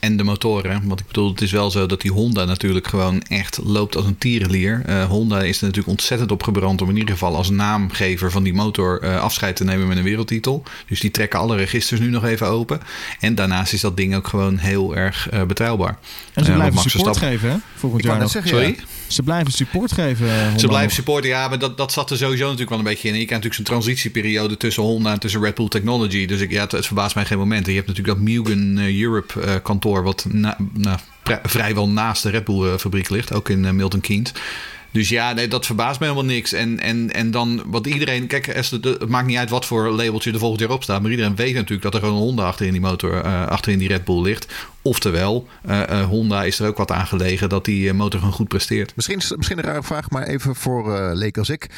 en de motoren. Want ik bedoel, het is wel zo dat die Honda natuurlijk gewoon echt loopt als een tierenlier. Honda is er natuurlijk ontzettend op gebrand om in ieder geval als naamgever van die motor afscheid te nemen met een wereldtitel. Dus die trekken alle registers nu nog even open. En daarnaast is dat ding ook gewoon heel erg betrouwbaar. En ze blijven support geven, hè? Volgend jaar nog. Sorry? Ja. Ze blijven support geven. Ze blijven supporten, ja, maar dat zat er sowieso natuurlijk wel een beetje in. Je kent natuurlijk zo'n transitieperiode tussen Honda en tussen Red Bull Technology. Dus het verbaast mij geen moment. En je hebt natuurlijk dat Mugen Europe kantoor wat vrijwel naast de Red Bull fabriek ligt. Ook in Milton Keynes. Dus ja, nee, dat verbaast me helemaal niks. En dan wat iedereen... Kijk, het maakt niet uit wat voor labeltje er volgend jaar op staat. Maar iedereen weet natuurlijk dat er gewoon een Honda achterin die motor, achterin die Red Bull ligt. Oftewel, Honda is er ook wat aan gelegen dat die motor gewoon goed presteert. Misschien een rare vraag, maar even voor leek als ik.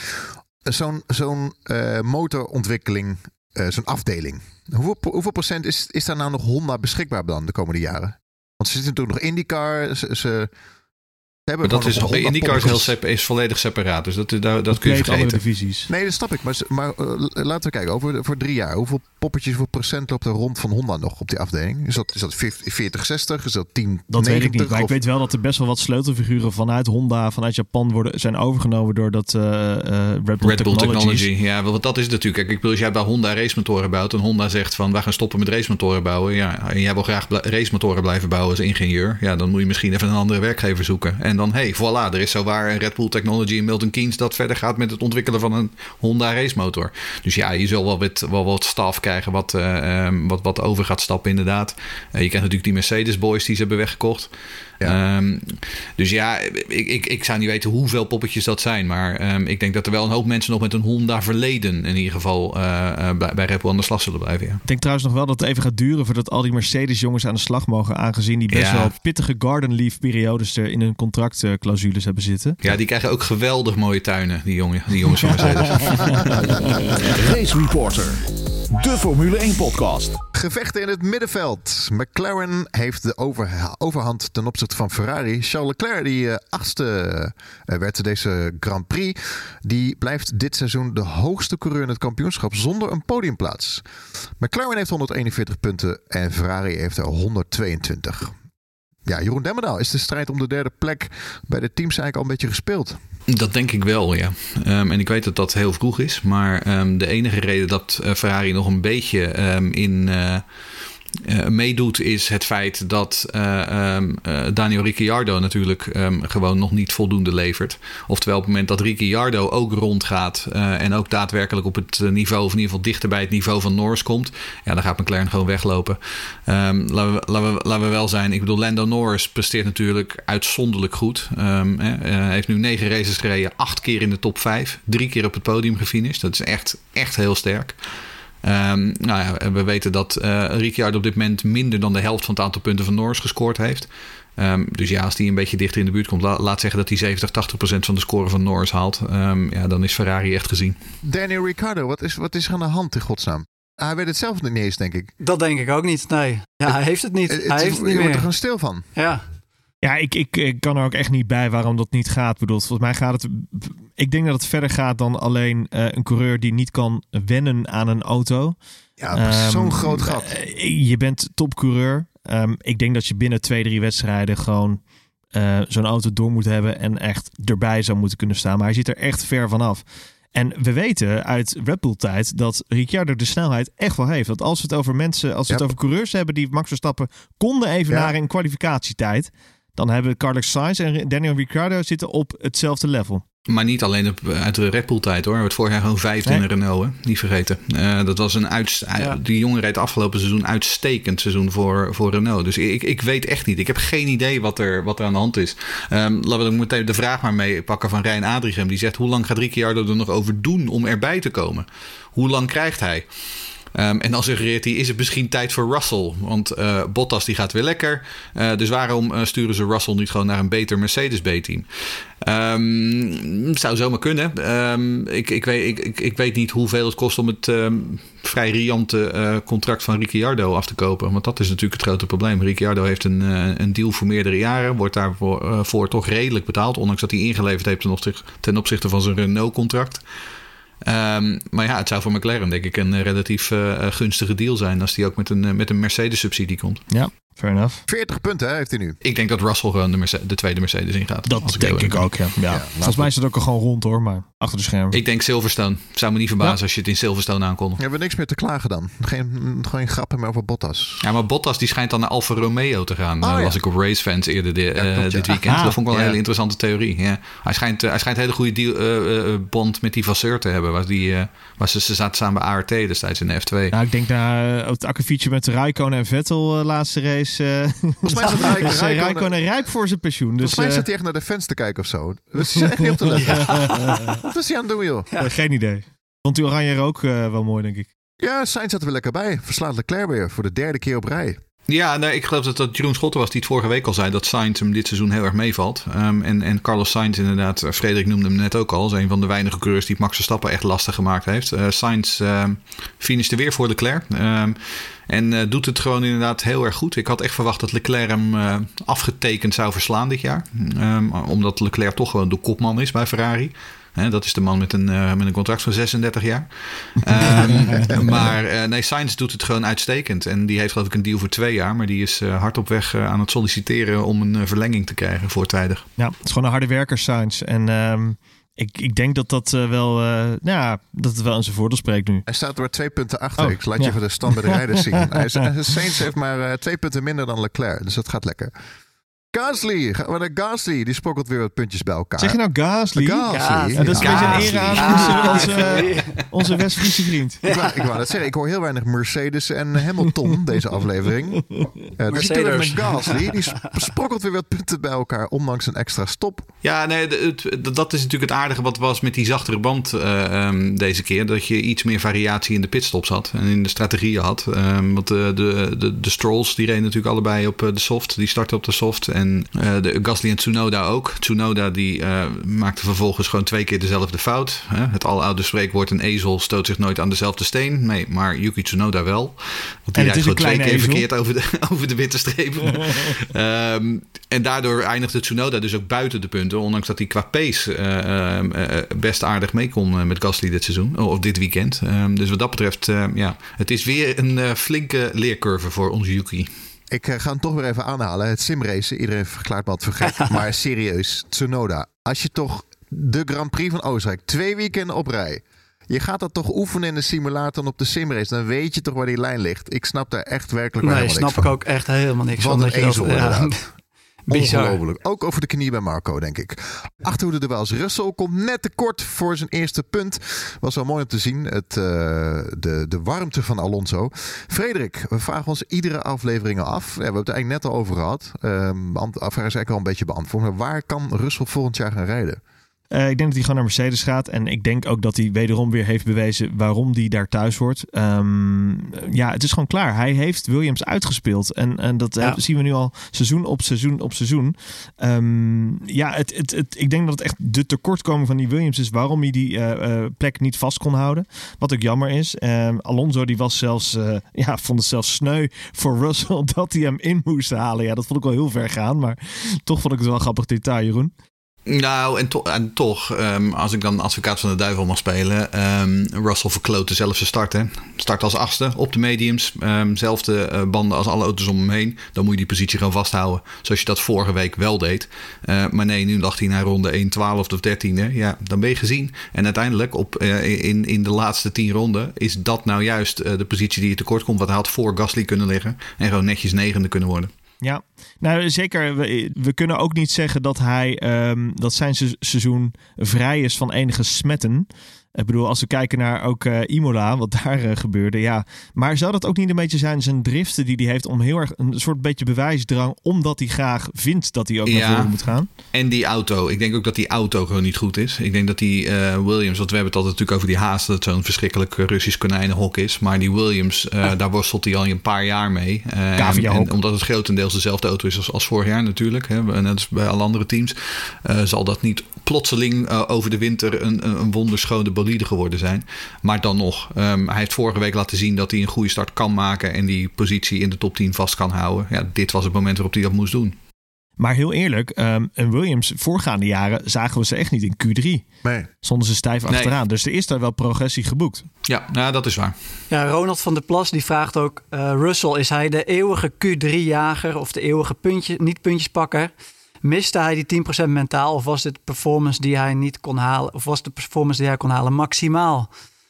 Zo'n motorontwikkeling, zo'n afdeling. Hoeveel procent is daar nou nog Honda beschikbaar dan de komende jaren? Want ze zitten natuurlijk nog IndyCar, ze maar dat is IndyCar is volledig separaat. Dus dat kun je vergeten. Divisies. Nee, dat snap ik. Maar laten we kijken. Voor 3 jaar. Hoeveel poppetjes, hoeveel procent loopt er rond van Honda nog op die afdeling? Is dat 40-60? Is dat 10? Dat weet ik niet. Maar ik weet wel dat er best wel wat sleutelfiguren vanuit Honda, vanuit Japan zijn overgenomen door dat Red Bull Technology. Ja, want dat is het natuurlijk. Kijk, als jij bij Honda racemotoren bouwt en Honda zegt van wij gaan stoppen met racemotoren bouwen. Ja, en jij wil graag racemotoren blijven bouwen als ingenieur. Ja, dan moet je misschien even een andere werkgever zoeken. En dan, voilà, er is zowaar een Red Bull Technology in Milton Keynes dat verder gaat met het ontwikkelen van een Honda racemotor. Dus ja, je zult wel wat staf krijgen wat over gaat stappen inderdaad. Je krijgt natuurlijk die Mercedes boys die ze hebben weggekocht. Ja. Dus ja, ik zou niet weten hoeveel poppetjes dat zijn. Maar ik denk dat er wel een hoop mensen nog met een Honda verleden in ieder geval bij Red Bull aan de slag zullen blijven. Ja. Ik denk trouwens nog wel dat het even gaat duren voordat al die Mercedes jongens aan de slag mogen. Aangezien die best wel pittige garden leave periodes er in hun contractclausules hebben zitten. Ja, die krijgen ook geweldig mooie tuinen, die jongens van Mercedes. Race Reporter. De Formule 1 podcast. Gevechten in het middenveld. McLaren heeft de overhand ten opzichte van Ferrari. Charles Leclerc, die 8e werd deze Grand Prix. Die blijft dit seizoen de hoogste coureur in het kampioenschap zonder een podiumplaats. McLaren heeft 141 punten en Ferrari heeft er 122. Ja, Jeroen Demmerdaal, is de strijd om de derde plek bij de teams eigenlijk al een beetje gespeeld? Dat denk ik wel, ja. En ik weet dat dat heel vroeg is. Maar de enige reden dat Ferrari nog een beetje meedoet is het feit dat Daniel Ricciardo natuurlijk gewoon nog niet voldoende levert. Oftewel op het moment dat Ricciardo ook rondgaat en ook daadwerkelijk op het niveau, of in ieder geval dichter bij het niveau van Norris komt, ja, dan gaat McLaren gewoon weglopen. Laten we wel zijn. Ik bedoel, Lando Norris presteert natuurlijk uitzonderlijk goed. Hij heeft nu 9 races gereden, 8 keer in de top 5, 3 keer op het podium gefinished. Dat is echt heel sterk. We weten dat Ricciardo op dit moment minder dan de helft van het aantal punten van Norris gescoord heeft. Dus ja, als die een beetje dichter in de buurt komt, laat zeggen dat hij 70-80% van de score van Norris haalt. Dan is Ferrari echt gezien. Daniel Ricciardo, wat is er aan de hand in godsnaam? Hij weet het zelf niet eens, denk ik. Dat denk ik ook niet, nee. Ja, hij heeft het niet. Hij heeft het niet meer. Je wordt er gewoon stil van. Ja. Ja, ik kan er ook echt niet bij waarom dat niet gaat. Volgens mij gaat het... Ik denk dat het verder gaat dan alleen een coureur die niet kan wennen aan een auto. Ja, zo'n groot gat. Je bent topcoureur. Ik denk dat je binnen 2-3 wedstrijden gewoon zo'n auto door moet hebben en echt erbij zou moeten kunnen staan. Maar hij zit er echt ver vanaf. En we weten uit Red Bull tijd dat Ricciardo de snelheid echt wel heeft. Want als we het over het over coureurs hebben die Max Verstappen konden evenaren in kwalificatietijd, dan hebben Carlos Sainz en Daniel Ricciardo zitten op hetzelfde level. Maar niet alleen uit de Red Bull tijd hoor. Hij werd vorig jaar gewoon 5e in Renault. Hè? Niet vergeten. Dat was die jongen reed afgelopen seizoen uitstekend seizoen voor Renault. Dus ik weet echt niet. Ik heb geen idee wat er aan de hand is. Laten we dan meteen de vraag maar meepakken van Rijn Adrichem. Die zegt, hoe lang gaat Ricciardo er nog over doen om erbij te komen? Hoe lang krijgt hij? En dan suggereert hij, is het misschien tijd voor Russell? Want Bottas die gaat weer lekker. Dus waarom sturen ze Russell niet gewoon naar een beter Mercedes B-team? Zou zomaar kunnen. Ik weet niet hoeveel het kost om het vrij riante contract van Ricciardo af te kopen. Want dat is natuurlijk het grote probleem. Ricciardo heeft een deal voor meerdere jaren. Wordt daarvoor toch redelijk betaald. Ondanks dat hij ingeleverd heeft ten opzichte van zijn Renault-contract. Maar ja, het zou voor McLaren denk ik een relatief gunstige deal zijn als die ook met een Mercedes-subsidie komt. Ja. Fair enough. 40 punten heeft hij nu. Ik denk dat Russell gewoon de tweede Mercedes ingaat. Dat denk ik ook, ja. Volgens mij is het ook al gewoon rond hoor, maar achter de schermen. Ik denk Silverstone. Zou me niet verbazen als je het in Silverstone aankondigt. Hebben we niks meer te klagen dan? Geen grappen meer over Bottas. Ja, maar Bottas die schijnt dan naar Alfa Romeo te gaan. Las ik op Racefans eerder dit weekend. Dat vond ik wel een hele interessante theorie. Ja. Hij schijnt een hele goede band met die Vasseur te hebben. Waar ze zaten samen bij ART destijds in de F2. Nou, ik denk het akkefietje met Räikkönen en Vettel laatste race. Volgens mij is Räikkönen rijp voor zijn pensioen. Volgens mij zit hij echt naar de fans te kijken of zo. Dat is echt niet op te letten. Wat is hij aan het doen, joh? Geen idee. Vond die oranje ook wel mooi, denk ik. Ja, Sainz zat er weer lekker bij. Verslaat Leclerc weer voor de derde keer op rij. Ja, nee, ik geloof dat Jeroen Schotten was die het vorige week al zei dat Sainz hem dit seizoen heel erg meevalt. En Carlos Sainz inderdaad, Frederik noemde hem net ook al, is een van de weinige coureurs die Max Verstappen echt lastig gemaakt heeft. Sainz finishte weer voor Leclerc en doet het gewoon inderdaad heel erg goed. Ik had echt verwacht dat Leclerc hem afgetekend zou verslaan dit jaar. Omdat Leclerc toch gewoon de kopman is bij Ferrari. Dat is de man met een contract van 36 jaar. Maar Sainz doet het gewoon uitstekend. En die heeft geloof ik een deal voor 2 jaar. Maar die is hard op weg aan het solliciteren om een verlenging te krijgen voortijdig. Ja, het is gewoon een harde werker Sainz. En ik denk dat wel in zijn voordeel spreekt nu. Hij staat er maar 2 punten achter. Ik laat je even de stand bij de rijders zien. Sainz heeft maar 2 punten minder dan Leclerc. Dus dat gaat lekker. Gasly, die sprokkelt weer wat puntjes bij elkaar. Zeg je nou Gasly? Gasly. Dat is een beetje een eer aan onze West-Friese vriend. Ik wou dat zeggen. Ik hoor heel weinig Mercedes en Hamilton deze aflevering. Dus ik doe het met Gasly. Die sprokkelt weer wat punten bij elkaar, ondanks een extra stop. Ja, nee, dat is natuurlijk het aardige wat was met die zachtere band deze keer. Dat je iets meer variatie in de pitstops had en in de strategieën had. Want de Strolls, die reden natuurlijk allebei op de soft. Die starten op de soft. En de Gasly en Tsunoda ook. Tsunoda die maakte vervolgens gewoon 2 keer dezelfde fout. Het aloude spreekwoord, een ezel stoot zich nooit aan dezelfde steen. Nee, maar Yuki Tsunoda wel. Want die rijdt gewoon 2 keer verkeerd over de witte strepen. En daardoor eindigde Tsunoda dus ook buiten de punten. Ondanks dat hij qua pace best aardig mee kon met Gasly dit seizoen. Of dit weekend. Dus wat dat betreft, het is weer een flinke leercurve voor onze Yuki. Ik ga hem toch weer even aanhalen. Het simracen. Iedereen verklaart me wat voor gek. Maar serieus, Tsunoda. Als je toch de Grand Prix van Oostenrijk 2 weekenden op rij. Je gaat dat toch oefenen in de simulator en op de simrace. Dan weet je toch waar die lijn ligt. Ik snap daar echt werkelijk helemaal niks van. Nee, snap ik ook echt helemaal niks van. Wat een ezel inderdaad. Bizar. Ongelooflijk. Ook over de knie bij Marco, denk ik. Achterhoede er wel eens. Russell komt net tekort voor zijn eerste punt. Was wel mooi om te zien. De warmte van Alonso. Frederik, we vragen ons iedere aflevering af. Ja, we hebben het eigenlijk net al over gehad. Vraag is eigenlijk al een beetje beantwoord. Maar waar kan Russell volgend jaar gaan rijden? Ik denk dat hij gewoon naar Mercedes gaat. En ik denk ook dat hij wederom weer heeft bewezen waarom hij daar thuis hoort. Het is gewoon klaar. Hij heeft Williams uitgespeeld. En dat zien we nu al seizoen op seizoen op seizoen. Ik denk dat het echt de tekortkoming van die Williams is waarom hij die plek niet vast kon houden. Wat ook jammer is. Alonso die was zelfs, vond het zelfs sneu voor Russell dat hij hem in moest halen. Ja, dat vond ik wel heel ver gaan. Maar toch vond ik het wel een grappig detail, Jeroen. Nou, en toch, als ik dan advocaat van de duivel mag spelen, Russell verklootte zelf zijn start. Hè. Start als 8e op de mediums, zelfde banden als alle auto's om hem heen. Dan moet je die positie gewoon vasthouden, zoals je dat vorige week wel deed. Maar nee, nu lag hij naar ronde 1, 12 of 13e. Ja, dan ben je gezien. En uiteindelijk in de laatste 10 ronden is dat nou juist de positie die je tekort komt. Wat hij had voor Gasly kunnen liggen en gewoon netjes 9e kunnen worden. Ja, nou zeker. We kunnen ook niet zeggen dat dat zijn seizoen vrij is van enige smetten. Ik bedoel, als we kijken naar ook Imola, wat daar gebeurde. Ja, maar zou dat ook niet een beetje zijn driften die hij heeft om heel erg een soort beetje bewijsdrang, omdat hij graag vindt dat hij ook naar voren moet gaan? En die auto. Ik denk ook dat die auto gewoon niet goed is. Ik denk dat die Williams, want we hebben het altijd natuurlijk over die Haas, dat het zo'n verschrikkelijk Russisch konijnenhok is. Maar die Williams, daar worstelt hij al een paar jaar mee. En omdat het grotendeels dezelfde auto is als vorig jaar natuurlijk. Hè, net als bij alle andere teams. Zal dat niet plotseling over de winter een wonderschone bolide geworden zijn. Maar dan nog. Hij heeft vorige week laten zien dat hij een goede start kan maken en die positie in de top 10 vast kan houden. Ja, dit was het moment waarop hij dat moest doen. Maar heel eerlijk, een Williams voorgaande jaren zagen we ze echt niet in Q3. Nee. Stonden ze stijf achteraan. Dus er is daar wel progressie geboekt. Ja, nou, dat is waar. Ja, Ronald van der Plas die vraagt ook... Russell, is hij de eeuwige Q3-jager of de eeuwige niet-puntjespakker? Miste hij die 10% mentaal of was dit performance die hij niet kon halen? Of was de performance die hij kon halen maximaal?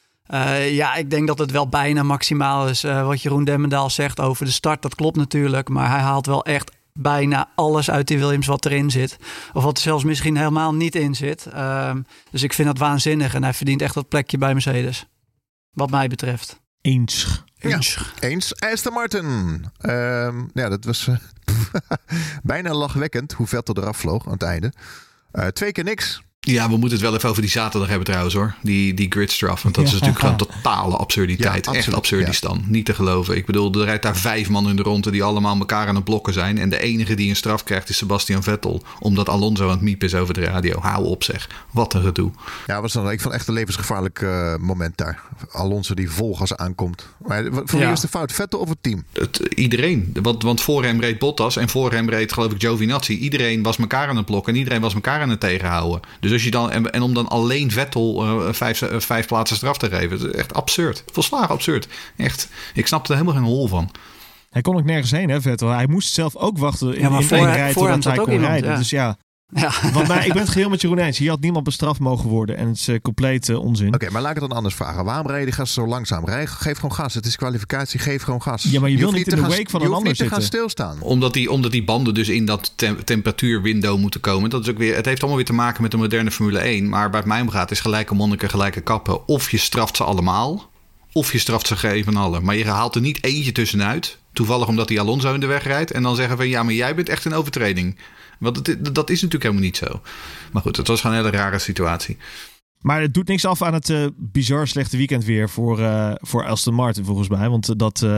Ik denk dat het wel bijna maximaal is. Wat Jeroen Demmendaal zegt over de start, dat klopt natuurlijk. Maar hij haalt wel echt bijna alles uit die Williams wat erin zit. Of wat er zelfs misschien helemaal niet in zit. Dus ik vind dat waanzinnig. En hij verdient echt dat plekje bij Mercedes. Wat mij betreft. Eens. Ja, eens. Aston Martin. Dat was bijna lachwekkend hoe Vettel eraf vloog aan het einde. 2 keer niks. Ja, we moeten het wel even over die zaterdag hebben trouwens hoor. Die gridstraf. Want dat is natuurlijk gewoon totale absurditeit. Ja, echt absurdistan. Ja. Niet te geloven. Ik bedoel, er rijdt daar 5 man in de ronde die allemaal elkaar aan het blokken zijn. En de enige die een straf krijgt is Sebastian Vettel. Omdat Alonso aan het miepen is over de radio. Hou op zeg. Wat een gedoe. Ja, ik vond echt een levensgevaarlijk moment daar. Alonso die vol gas aankomt. Maar voor wie is de fout? Vettel of het team? Iedereen. Want voor hem reed Bottas en voor hem reed geloof ik Giovinazzi. Iedereen was elkaar aan het blokken en iedereen was elkaar aan het tegenhouden. Dus als je dan, en om dan alleen Vettel 5 plaatsen straf te geven. Dat is echt absurd. Volslagen absurd. Echt. Ik snapte er helemaal geen hol van. Hij kon ook nergens heen, hè, Vettel. Hij moest zelf ook wachten in één rij totdat hij kon rijden. Ja. Dus ja. Maar ik ben het geheel met Jeroen eens. Hier had niemand bestraft mogen worden. En het is compleet onzin. Oké, maar laat ik het dan anders vragen. Waarom rijden die gasten zo langzaam? Geef gewoon gas. Het is kwalificatie. Geef gewoon gas. Ja, maar je wil niet in de wake van een ander zitten. Je hoeft niet te gaan stilstaan. Omdat die banden dus in dat temperatuurwindow moeten komen. Dat is ook weer, het heeft allemaal weer te maken met de moderne Formule 1. Maar waar het mij om gaat is gelijke monniken, gelijke kappen. Of je straft ze allemaal. Of je straft ze even alle. Maar je haalt er niet eentje tussenuit. Toevallig omdat die Alonso in de weg rijdt. En dan zeggen van ja, maar jij bent echt een overtreding. Want dat is natuurlijk helemaal niet zo. Maar goed, het was gewoon een hele rare situatie. Maar het doet niks af aan het bizar slechte weekend weer voor Aston Martin volgens mij. Want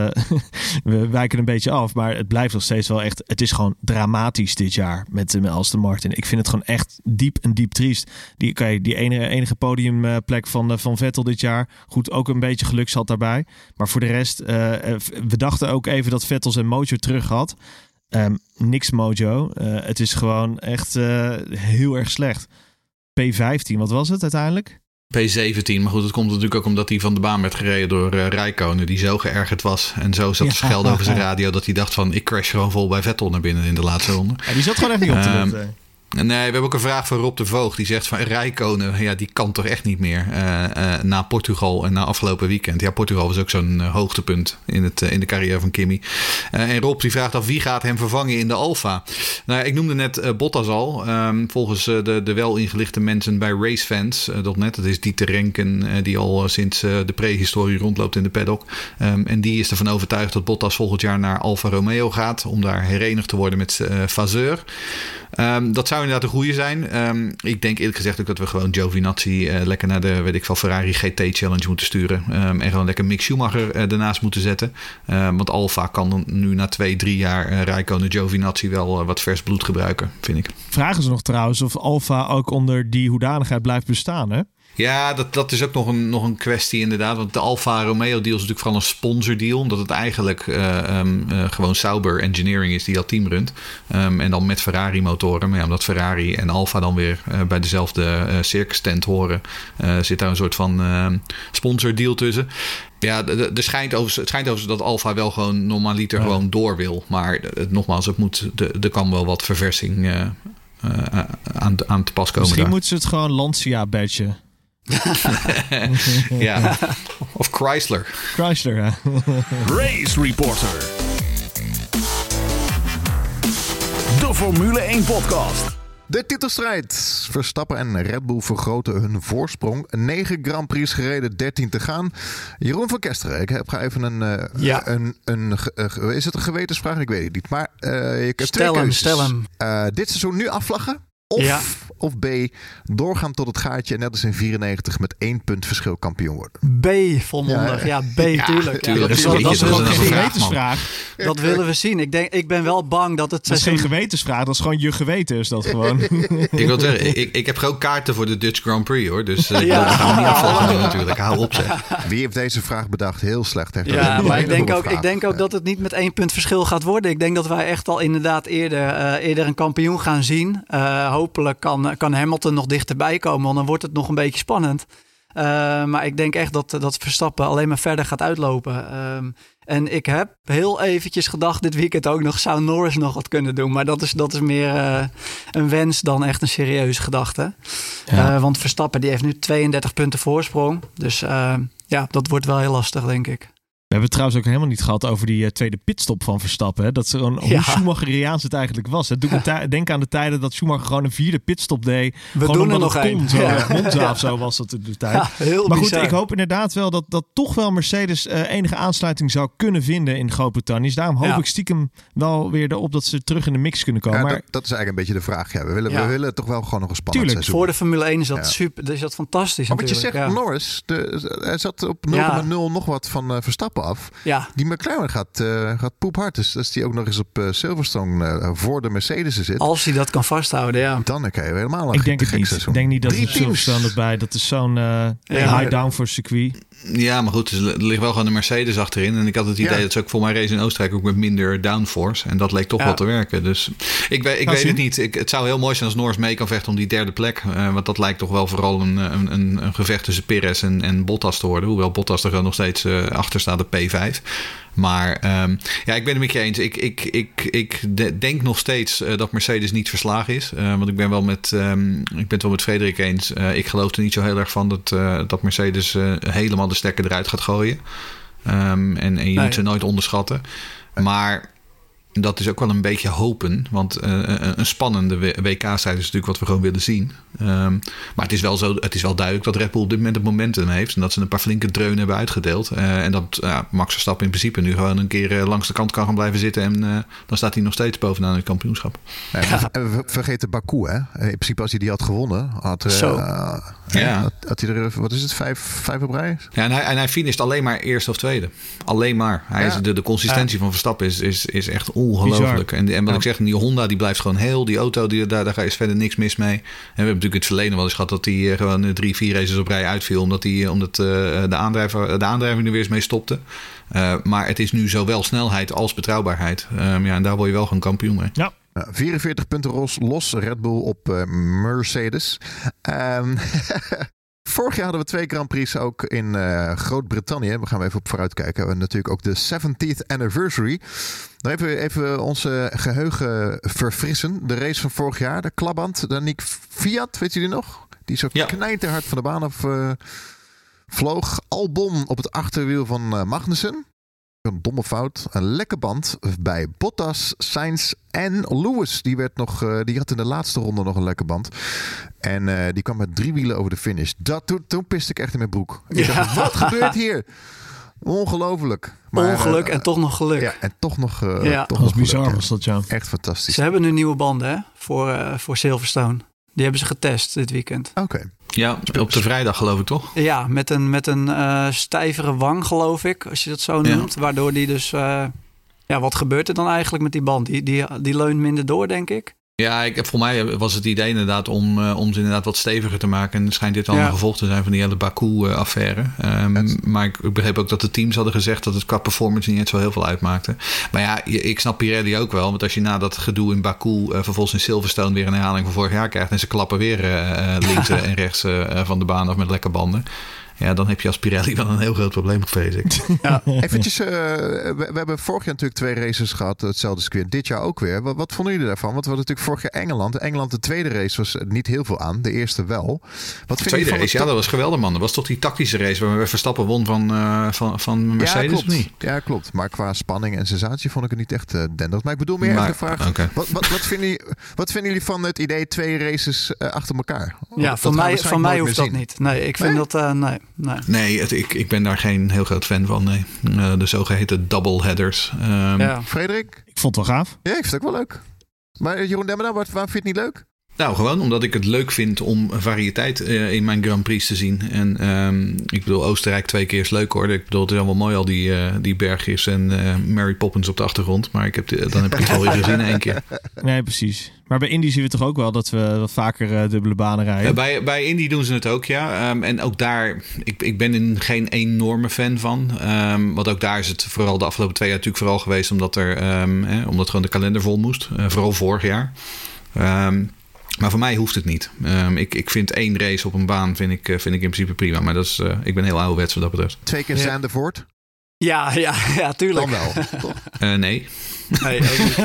we wijken een beetje af. Maar het blijft nog steeds wel echt... Het is gewoon dramatisch dit jaar met Aston Martin. Ik vind het gewoon echt diep triest. Die enige podiumplek van Vettel dit jaar. Goed, ook een beetje geluk zat daarbij. Maar voor de rest, we dachten ook even dat Vettel zijn mojo terug had. Niks mojo. Het is gewoon echt heel erg slecht. P15, wat was het uiteindelijk? P17, maar goed, het komt natuurlijk ook omdat hij van de baan werd gereden door Räikkönen, die zo geërgerd was en zo zat te schelden over zijn radio dat hij dacht van ik crash gewoon vol bij Vettel naar binnen in de laatste ronde. Ja, die zat gewoon echt niet op te letten. Nee, we hebben ook een vraag van Rob de Voogd. Die zegt van Räikkönen, ja, die kan toch echt niet meer na Portugal en na afgelopen weekend. Ja, Portugal was ook zo'n hoogtepunt in de carrière van Kimi. En Rob die vraagt af wie gaat hem vervangen in de Alfa. Nou, ik noemde net Bottas al. Volgens de wel ingelichte mensen bij racefans.net. Dat is Dieter Renken die al sinds de prehistorie rondloopt in de paddock. En die is ervan overtuigd dat Bottas volgend jaar naar Alfa Romeo gaat. Om daar herenigd te worden met Vasseur. Dat zou inderdaad een goede zijn. Ik denk eerlijk gezegd ook dat we gewoon Giovinazzi lekker naar de Ferrari GT Challenge moeten sturen. En gewoon lekker Mick Schumacher ernaast moeten zetten. Want Alfa kan nu na 2-3 jaar Räikkönen Giovinazzi wel wat vers bloed gebruiken, vind ik. Vragen ze nog trouwens of Alfa ook onder die hoedanigheid blijft bestaan, hè? Ja, dat is ook nog een kwestie inderdaad. Want de Alfa Romeo deal is natuurlijk vooral een sponsordeal. Omdat het eigenlijk gewoon Sauber Engineering is die dat team runt. En dan met Ferrari motoren. Maar ja, omdat Ferrari en Alfa dan weer bij dezelfde circus tent horen. Zit daar een soort van sponsordeal tussen. Ja, het schijnt overigens dat Alfa wel gewoon normaliter gewoon door wil. Maar nogmaals, er kan wel wat verversing aan te pas komen. Misschien daar. moeten ze het gewoon Lancia badgen. Ja, of Chrysler. Ja. Race Reporter. De Formule 1 podcast. De titelstrijd. Verstappen en Red Bull vergroten hun voorsprong. 9 Grand Prix gereden, 13 te gaan. Jeroen van Kesteren, ik heb even is het een gewetensvraag? Ik weet het niet. Maar ik heb stel hem. dit seizoen nu afvlaggen? Of B, doorgaan tot het gaatje en net als in 94 met 1 punt verschil kampioen worden. B, volmondig. Ja, B, tuurlijk. tuurlijk. Dat is gewoon een geen vraag, gewetensvraag. Dat willen we zien. Ik ben wel bang dat het Dat is geen gewetensvraag, dat is gewoon je geweten is dat gewoon. Ik wil zeggen, ik heb gewoon kaarten voor de Dutch Grand Prix hoor. Dus dat gaan we niet afvolgen natuurlijk. Hou op zeg. Wie heeft deze vraag bedacht? Heel slecht. Ja, maar ik denk ook dat het niet met 1 punt verschil gaat worden. Ik denk dat wij echt al inderdaad eerder een kampioen gaan zien. Hopelijk kan Hamilton nog dichterbij komen, want dan wordt het nog een beetje spannend. Maar ik denk echt dat Verstappen alleen maar verder gaat uitlopen. En ik heb heel eventjes gedacht dit weekend ook nog, zou Norris nog wat kunnen doen? Maar dat is meer een wens dan echt een serieuze gedachte. Ja. Want Verstappen die heeft nu 32 punten voorsprong. Dus dat wordt wel heel lastig, denk ik. We hebben het trouwens ook helemaal niet gehad over die tweede pitstop van Verstappen. Hè? Dat is gewoon hoe Schumacheriaans het eigenlijk was. Het doet me denken aan de tijden dat Schumacher gewoon een 4e pitstop deed. We doen er nog één. Monza of zo was dat in de tijd. Ja, heel maar bizar. goed, ik hoop inderdaad wel dat toch wel Mercedes enige aansluiting zou kunnen vinden in Groot-Brittannië. Dus daarom hoop ik stiekem wel weer erop dat ze terug in de mix kunnen komen. Ja, maar dat is eigenlijk een beetje de vraag. Ja, we willen toch wel gewoon nog een spannend seizoen. Voor de Formule 1 is dat super. Is dat fantastisch. Maar wat je zegt, Norris, hij zat op 0,0 nog wat van Verstappen af. Ja. Die McLaren gaat poephard. Dus als die ook nog eens op Silverstone voor de Mercedes zit. Als hij dat kan vasthouden, ja. Dan kan je helemaal ik denk het niet. seizoen. Ik denk niet dat het Silverstone erbij. Dat is zo'n high downforce circuit. Ja, maar goed, er ligt wel gewoon een Mercedes achterin. En ik had het idee dat ze ook voor mijn race in Oostenrijk ook met minder downforce. En dat leek toch wel te werken. Dus ik weet het niet. Het zou heel mooi zijn als Norris mee kan vechten om die derde plek. Want dat lijkt toch wel vooral een gevecht tussen Perez en Bottas te worden. Hoewel Bottas er nog steeds achter staat, de P5. Maar ik ben het met je eens. Ik denk nog steeds dat Mercedes niet verslagen is. Want ik ben het wel met Frederik eens. Ik geloof er niet zo heel erg van dat Mercedes helemaal de stekker eruit gaat gooien. En je moet ze nooit onderschatten. Maar dat is ook wel een beetje hopen. Want een spannende WK-strijd is natuurlijk wat we gewoon willen zien. Maar het is wel duidelijk dat Red Bull op dit moment het momentum heeft. En dat ze een paar flinke dreunen hebben uitgedeeld. En dat Max Verstappen in principe nu gewoon een keer langs de kant kan gaan blijven zitten. En dan staat hij nog steeds bovenaan het kampioenschap. We vergeten Baku, hè? In principe als hij die had gewonnen, had hij er, wat is het, vijf op rij? Ja, en hij finisht alleen maar eerste of tweede. Alleen maar. De consistentie van Verstappen is echt ongelooflijk. En wat ik zeg, die Honda die blijft gewoon heel. Die auto, daar is verder niks mis mee. En we hebben natuurlijk in het verleden wel eens gehad dat hij gewoon 3-4 races op rij uitviel. Omdat de aandrijving er weer eens mee stopte. Maar het is nu zowel snelheid als betrouwbaarheid. En daar word je wel gewoon kampioen mee. Ja. 44 punten los, Red Bull op Mercedes. Vorig jaar hadden we 2 Grand Prix ook in Groot-Brittannië. We gaan even op vooruit kijken. We hebben natuurlijk ook de 70th anniversary. Dan even onze geheugen verfrissen. De race van vorig jaar, de klapband, de Nick Fiat, weet je die nog? Die zo knijterhard van de baan af vloog. Albon op het achterwiel van Magnussen. Een domme fout. Een lekke band bij Bottas, Sainz en Lewis. Die had in de laatste ronde nog een lekke band. En die kwam met 3 wielen over de finish. Toen piste ik echt in mijn broek. Ik dacht, wat gebeurt hier? Ongelooflijk. Maar, ongeluk en toch nog geluk. Ja, en toch nog toch nog bizar geluk, was dat, ja. Echt fantastisch. Ze hebben nu nieuwe banden hè, voor Silverstone. Die hebben ze getest dit weekend. Oké. Ja, op de vrijdag geloof ik toch? Ja, met een stijvere wang geloof ik, als je dat zo noemt. Ja. Waardoor die dus... wat gebeurt er dan eigenlijk met die band? Die leunt minder door, denk ik. Ja, voor mij was het idee inderdaad om ze inderdaad wat steviger te maken. En schijnt dit wel een gevolg te zijn van die hele Baku-affaire. Maar ik begreep ook dat de teams hadden gezegd dat het qua performance niet zo heel veel uitmaakte. Maar ja, ik snap Pirelli ook wel. Want als je na dat gedoe in Baku vervolgens in Silverstone weer een herhaling van vorig jaar krijgt. En ze klappen weer links en rechts van de baan af met lekke banden. Ja, dan heb je als Pirelli wel een heel groot probleem, vrees ik. Ja. Eventjes, we hebben vorig jaar natuurlijk 2 races gehad, hetzelfde circuit. Dit jaar ook weer. Wat vonden jullie daarvan? Want we hadden natuurlijk vorig jaar Engeland. Engeland, de tweede race was niet heel veel aan. De eerste wel. Wat vind je van race, dat was geweldig, man. Dat was toch die tactische race waar Verstappen won van Mercedes, klopt. Of niet? Ja, klopt. Maar qua spanning en sensatie vond ik het niet echt denderend. Maar ik bedoel meer even de vraag. Okay. Wat vinden jullie van het idee 2 races achter elkaar? Ja, van mij hoeft dat niet. Nee, ik vind dat... Nee, ik ben daar geen heel groot fan van. Nee. De zogeheten doubleheaders. Frederik? Ik vond het wel gaaf. Ja, ik vind het ook wel leuk. Maar Jeroen Demmerda, waar vind je het niet leuk? Nou, gewoon omdat ik het leuk vind om variëteit in mijn Grand Prix te zien. En ik bedoel, Oostenrijk 2 keer is leuk hoor. Ik bedoel, het is allemaal mooi al die bergjes en Mary Poppins op de achtergrond. Maar dan heb ik het wel weer gezien 1 keer. Nee, precies. Maar bij Indy zien we toch ook wel dat we wat vaker dubbele banen rijden? Bij Indy doen ze het ook, ja. En ook daar, ik ben er geen enorme fan van. Want ook daar is het vooral de afgelopen 2 jaar natuurlijk vooral geweest omdat omdat gewoon de kalender vol moest. Vooral vorig jaar. Maar voor mij hoeft het niet. Ik vind 1 race op een baan vind ik in principe prima. Maar ik ben heel ouderwets wat dat betreft. 2 keer Zandvoort? Ja, tuurlijk. Dan wel, toch? Nee. Nee, ook niet.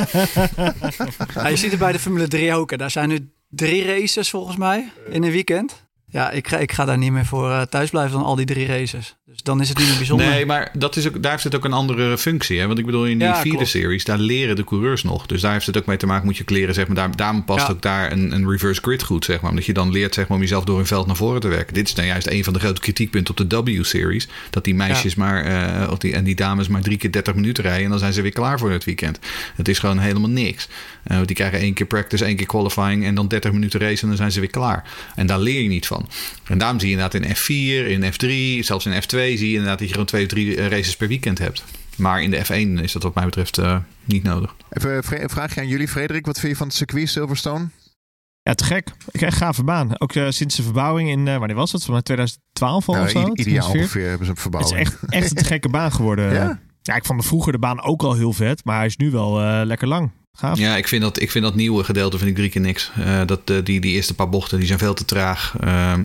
Je ziet het bij de Formule 3 ook. Hè. Daar zijn nu 3 races volgens mij in een weekend. Ja, ik ga daar niet meer voor thuis blijven dan al die 3 races. Dus dan is het niet meer bijzonder. Nee, maar daar heeft het ook een andere functie. Hè? Want ik bedoel, in die 4e series, daar leren de coureurs nog. Dus daar heeft het ook mee te maken, moet je kleren, zeg maar. Daarom past ook daar een reverse grid goed, zeg maar. Omdat je dan leert, zeg maar, om jezelf door een veld naar voren te werken. Dit is nou juist een van de grote kritiekpunten op de W-series. Dat die meisjes en die dames maar 3 keer 30 minuten rijden. En dan zijn ze weer klaar voor het weekend. Het is gewoon helemaal niks. Die krijgen 1 keer practice, 1 keer qualifying en dan 30 minuten race en dan zijn ze weer klaar. En daar leer je niet van. En daarom zie je inderdaad in F4, in F3, zelfs in F2 zie je inderdaad dat je gewoon 2 of 3 races per weekend hebt. Maar in de F1 is dat wat mij betreft niet nodig. Even een vraagje aan jullie, Frederik. Wat vind je van het circuit Silverstone? Ja, te gek. Ik echt gave baan. Ook sinds de verbouwing in, wanneer was het? Van 2012 al of zo? Ieder jaar ongeveer hebben ze een verbouwing. Het is echt een te gekke baan geworden. Ja, ik vond vroeger de baan ook al heel vet. Maar hij is nu wel lekker lang. Gaaf. Ja, ik vind dat nieuwe gedeelte 3 keer niks. Die eerste paar bochten die zijn veel te traag.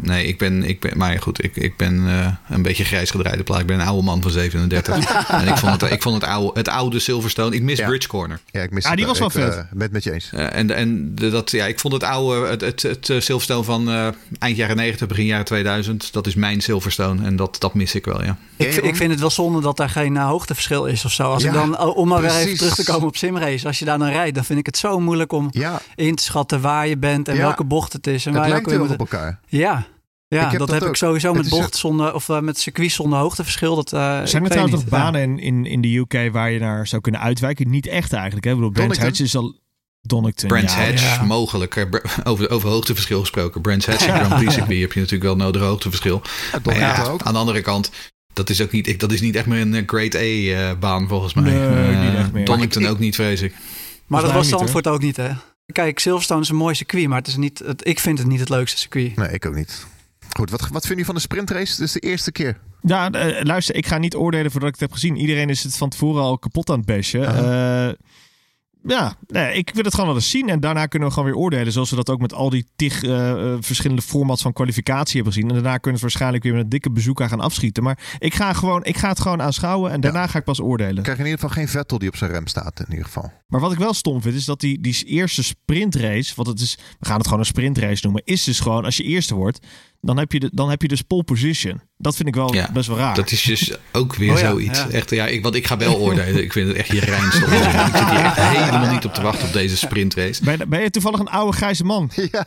Maar goed, ik ben een beetje grijs gedraaide plaat. Ik ben een oude man van 37. En ik vond het oude Silverstone. Ik mis Bridge Corner. Ja, ik mis die was wel vet. Met je eens. Ik vond het oude, het Silverstone van eind jaren 90, begin jaren 2000. Dat is mijn Silverstone. En dat mis ik wel, ja. Ik vind het wel zonde dat daar geen hoogteverschil is of zo. Als ik dan, om maar weer even terug te komen op simrace. Als je daar dan rijdt, dan vind ik het zo moeilijk om in te schatten waar je bent en welke bocht het is. En het waar lijkt heel op elkaar. Ja, dat heb ik sowieso met bocht zonder, of met circuit zonder hoogteverschil. Zijn er trouwens nog banen in de UK waar je naar zou kunnen uitwijken? Niet echt eigenlijk. Hè? Ik bedoel, Brands Hatch is al... Donington, Brands Hatch, mogelijk. Over hoogteverschil gesproken. Brands Hatch en Grand Prix circuit heb je natuurlijk wel nodig hoogteverschil. Ook. Aan de andere kant... Dat is niet echt meer een Grade A-baan volgens mij. Nee, niet echt meer. Donington ook niet, vrees ik. Maar dat was Zandvoort ook niet, hè? Kijk, Silverstone is een mooi circuit, maar het is niet. Ik vind het niet het leukste circuit. Nee, ik ook niet. Goed, wat vind je van de sprintrace? Dit is de eerste keer. Ja, luister, ik ga niet oordelen voordat ik het heb gezien. Iedereen is het van tevoren al kapot aan het bashen. Ik wil het gewoon wel eens zien. En daarna kunnen we gewoon weer oordelen. Zoals we dat ook met al die verschillende formats van kwalificatie hebben gezien. En daarna kunnen we het waarschijnlijk weer met een dikke bezoeker gaan afschieten. Maar ik ga het gewoon aanschouwen. En daarna ga ik pas oordelen. Krijg in ieder geval geen Vettel die op zijn rem staat. In ieder geval. Maar wat ik wel stom vind is dat die eerste sprintrace. Want het is, we gaan het gewoon een sprintrace noemen. Is dus gewoon als je eerste wordt. Dan heb je dus pole position. Dat vind ik wel best wel raar. Dat is dus ook weer zoiets. Ja. Echt, want ik ga wel oordelen. Ik vind het echt je reinste. Ik zit hier echt helemaal niet op te wachten op deze sprintrace. Ben je toevallig een oude grijze man? Ja.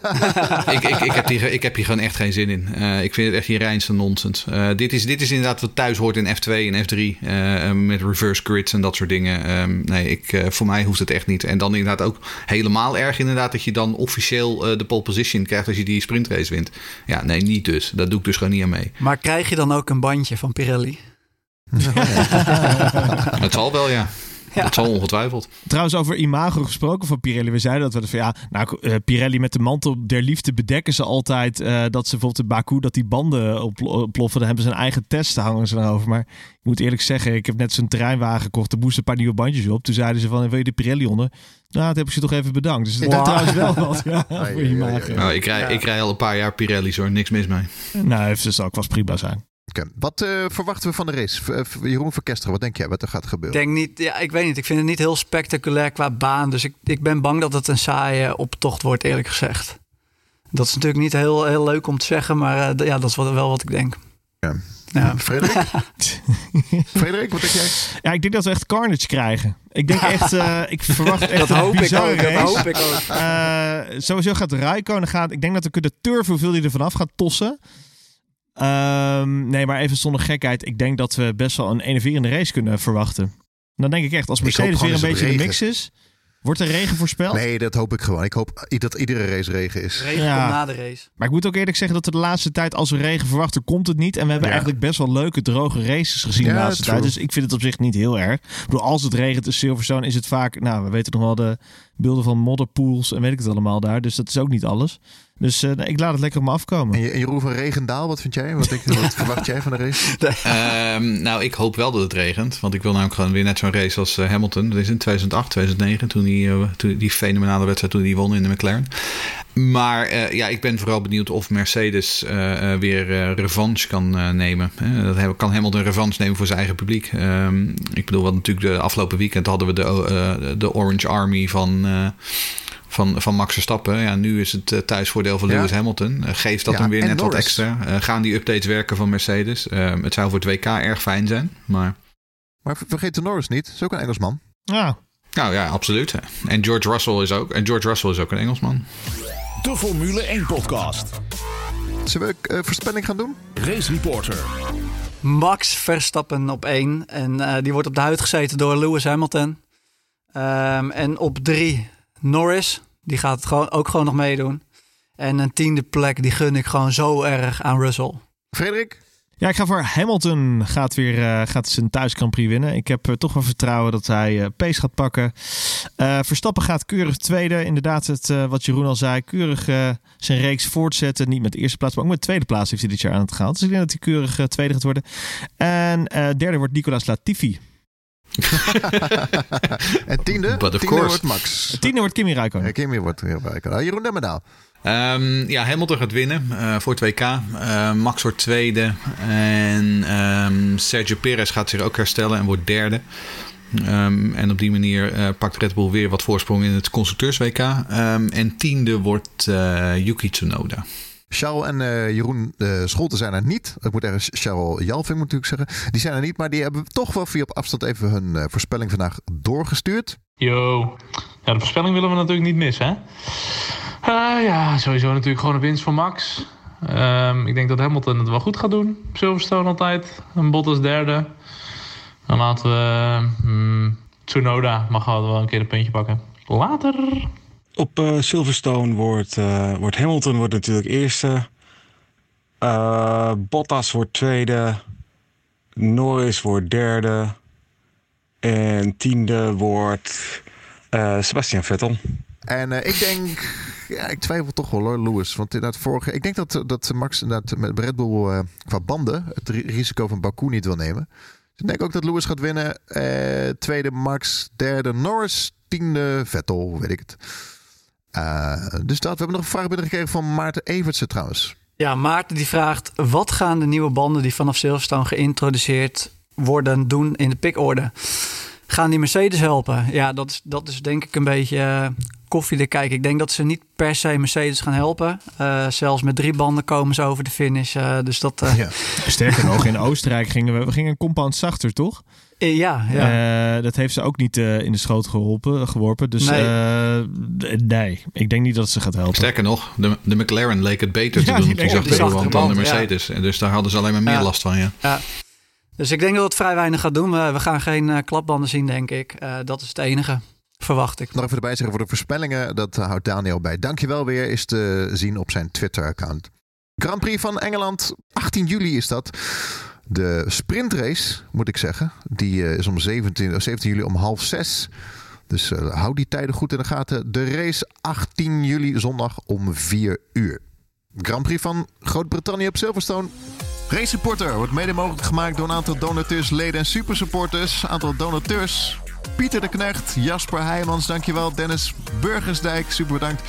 Ik heb hier gewoon echt geen zin in. Ik vind het echt je reinste nonsens. Dit is inderdaad wat thuis hoort in F2 en F3. Met reverse grids en dat soort dingen. Voor mij hoeft het echt niet. En dan inderdaad ook helemaal erg inderdaad dat je dan officieel de pole position krijgt als je die sprintrace wint. Ja, nee, niet dus. Dat doe ik dus gewoon niet aan mee. Maar krijg je dan ook een bandje van Pirelli? Het zal wel, ja. Dat zal ongetwijfeld. Trouwens, over imago gesproken van Pirelli. We zeiden dat Pirelli met de mantel der liefde bedekken ze altijd dat ze bijvoorbeeld in Baku dat die banden ontploffen. Dan hebben ze een eigen test, hangen ze erover. Maar ik moet eerlijk zeggen, ik heb net zo'n terreinwagen gekocht. Er moesten een paar nieuwe bandjes op. Toen zeiden ze van, wil je de Pirelli onder? Nou, dat heb ik ze toch even bedankt. Dus dat is trouwens wel wat. Voor imago. Nou, ik rij al een paar jaar Pirelli's hoor. Niks mis mee. Nou, dat zal ook vast prima zijn. Okay. Wat verwachten we van de race? Jeroen Verkesteren, wat denk jij wat er gaat gebeuren? Denk niet, ik weet niet. Ik vind het niet heel spectaculair qua baan. Dus ik ben bang dat het een saaie optocht wordt, eerlijk gezegd. Dat is natuurlijk niet heel, heel leuk om te zeggen, maar dat is wel wat ik denk. Ja. Frederik? Frederik, wat denk jij? Ja, ik denk dat we echt carnage krijgen. Ik denk echt, ik verwacht echt dat hoop ik ook. Sowieso gaat Räikkönen ik denk dat we kunnen turven hoeveel hij er vanaf gaat tossen. Nee, maar even zonder gekheid. Ik denk dat we best wel een enerverende race kunnen verwachten. Dan denk ik echt, als Mercedes weer een beetje in de mix is. Wordt er regen voorspeld? Nee, dat hoop ik gewoon. Ik hoop dat iedere race regen is. Regen komt na de race. Maar ik moet ook eerlijk zeggen dat we de laatste tijd, als we regen verwachten, komt het niet. En we hebben eigenlijk best wel leuke, droge races gezien de laatste tijd. Dus ik vind het op zich niet heel erg. Ik bedoel, als het regent in Silverstone is het vaak... Nou, we weten nog wel de beelden van modderpools en weet ik het allemaal daar. Dus dat is ook niet alles. Dus ik laat het lekker op me afkomen. En Jeroen van Regendaal, wat vind jij? Wat verwacht jij van de race? Nou, ik hoop wel dat het regent. Want ik wil namelijk gewoon weer net zo'n race als Hamilton. Dat is in 2008, 2009, toen die fenomenale wedstrijd toen hij won in de McLaren. Maar ik ben vooral benieuwd of Mercedes weer revanche kan nemen. Kan Hamilton revanche nemen voor zijn eigen publiek? Ik bedoel, wat natuurlijk de afgelopen weekend hadden we de Orange Army van Max Verstappen. Ja, nu is het thuisvoordeel van Lewis Hamilton. Geeft dat hem weer net Norris. Wat extra? Gaan die updates werken van Mercedes? Het zou voor het WK erg fijn zijn. Maar vergeet de Norris niet. Is ook een Engelsman. Ja. Nou ja, absoluut. En George Russell is ook een Engelsman. De Formule 1 podcast. Zullen we voorspelling gaan doen? Race Reporter. Max Verstappen op 1. En die wordt op de huid gezeten door Lewis Hamilton. En op 3 Norris. Die gaat het ook gewoon nog meedoen. En een 10e plek, die gun ik gewoon zo erg aan Russell. Frederik? Ja, ik ga voor Hamilton. Gaat zijn thuis Grand Prix winnen. Ik heb toch wel vertrouwen dat hij pace gaat pakken. Verstappen gaat keurig tweede. Inderdaad, wat Jeroen al zei. Keurig zijn reeks voortzetten. Niet met de eerste plaats, maar ook met de tweede plaats heeft hij dit jaar aan het gehaald. Dus ik denk dat hij keurig tweede gaat worden. En derde wordt Nicolas Latifi. En 10e wordt Max. 10e wordt Kimi Räikkönen. Kimi wordt Räikkönen. Jeroen Demmendaal. Hamilton gaat winnen voor het WK. Max wordt tweede. En Sergio Perez gaat zich ook herstellen en wordt derde. En op die manier pakt Red Bull weer wat voorsprong in het constructeurs-WK. En 10e wordt Yuki Tsunoda. Charles en Jeroen Scholten zijn er niet. Ik moet ergens Charles Jalving moet ik zeggen. Die zijn er niet, maar die hebben toch wel via op afstand even hun voorspelling vandaag doorgestuurd. Yo. Ja, de voorspelling willen we natuurlijk niet missen, hè? Sowieso natuurlijk gewoon een winst voor Max. Ik denk dat Hamilton het wel goed gaat doen. Silverstone altijd. Een Bottas derde. Dan laten we Tsunoda mag wel een keer een puntje pakken. Later. Op Silverstone wordt Hamilton natuurlijk eerste. Bottas wordt tweede. Norris wordt derde. En 10e wordt Sebastian Vettel. En ik denk... Ja, ik twijfel toch wel hoor, Lewis. Want inderdaad ik denk dat Max inderdaad met Red Bull qua banden het risico van Baku niet wil nemen. Dus ik denk ook dat Lewis gaat winnen. Tweede Max, derde Norris, 10e Vettel, weet ik het. Dus we hebben nog een vraag binnengekregen van Maarten Evertsen trouwens. Ja, Maarten die vraagt... Wat gaan de nieuwe banden die vanaf Silverstone geïntroduceerd worden doen in de pickorde? Gaan die Mercedes helpen? Ja, dat is denk ik een beetje koffiedik kijken. Ik denk dat ze niet per se Mercedes gaan helpen. Zelfs met 3 banden komen ze over de finish. Dus dat... Sterker nog, in Oostenrijk gingen we een compound zachter, toch? Ja. Dat heeft ze ook niet in de schoot geworpen. Dus nee, ik denk niet dat ze gaat helpen. Sterker nog, de McLaren leek het beter te doen op die zachtere band dan de Mercedes. Ja. Dus daar hadden ze alleen maar meer last van. Ja. Dus ik denk dat het vrij weinig gaat doen. We gaan geen klapbanden zien, denk ik. Dat is het enige, verwacht ik. Nog even erbij zeggen voor de voorspellingen. Dat houdt Daniel bij. Dankjewel weer, is te zien op zijn Twitter-account. Grand Prix van Engeland, 18 juli is dat. De sprintrace, moet ik zeggen, die is om 17 juli om 5:30. Dus hou die tijden goed in de gaten. De race 18 juli zondag om 4 uur. Grand Prix van Groot-Brittannië op Silverstone. Race Reporter wordt mede mogelijk gemaakt door een aantal donateurs, leden en supersupporters. Aantal donateurs: Pieter de Knecht, Jasper Heijmans, dankjewel. Dennis Burgersdijk, super bedankt.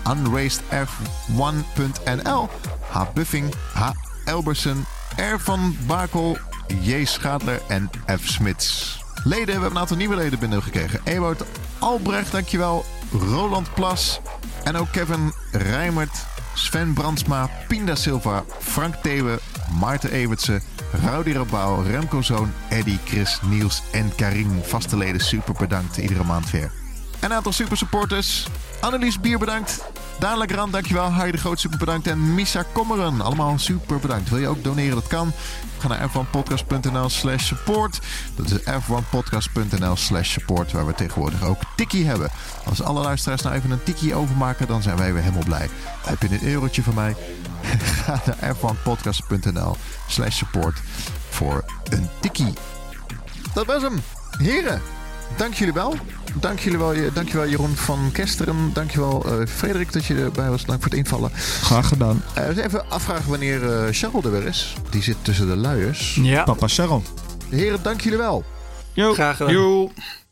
UnracedF1.nl, H. Buffing, H. Elbersen, R. van Bakel, J. Schadler en F. Smits. Leden, we hebben een aantal nieuwe leden binnengekregen. Ewout Albrecht, dankjewel. Roland Plas en ook Kevin Rijmert, Sven Brandsma, Pinda Silva, Frank Thewe, Maarten Evertsen, Rowdy Rabouw, Remco Zoon, Eddy, Chris, Niels en Karim. Vaste leden, super bedankt iedere maand weer. een aantal super supporters. Annelies Bier bedankt. Daan Legrand, dankjewel. Harry de Groot, super bedankt. En Misa Kommeren, allemaal super bedankt. Wil je ook doneren? Dat kan. Ga naar f1podcast.nl/support. Dat is f1podcast.nl/support, waar we tegenwoordig ook Tikkie hebben. Als alle luisteraars nou even een Tikkie overmaken, dan zijn wij weer helemaal blij. Heb je een eurotje van mij? Ga naar f1podcast.nl/support voor een Tikkie. Dat was hem. Heren, dank jullie wel. Dankjewel Jeroen van Kesteren. Dankjewel Frederik dat je erbij was. Dank voor het invallen. Graag gedaan. Even afvragen wanneer Charles er weer is. Die zit tussen de luiers. Ja. Papa Charles. Heren, dank jullie wel. Jo. Graag gedaan. Joe.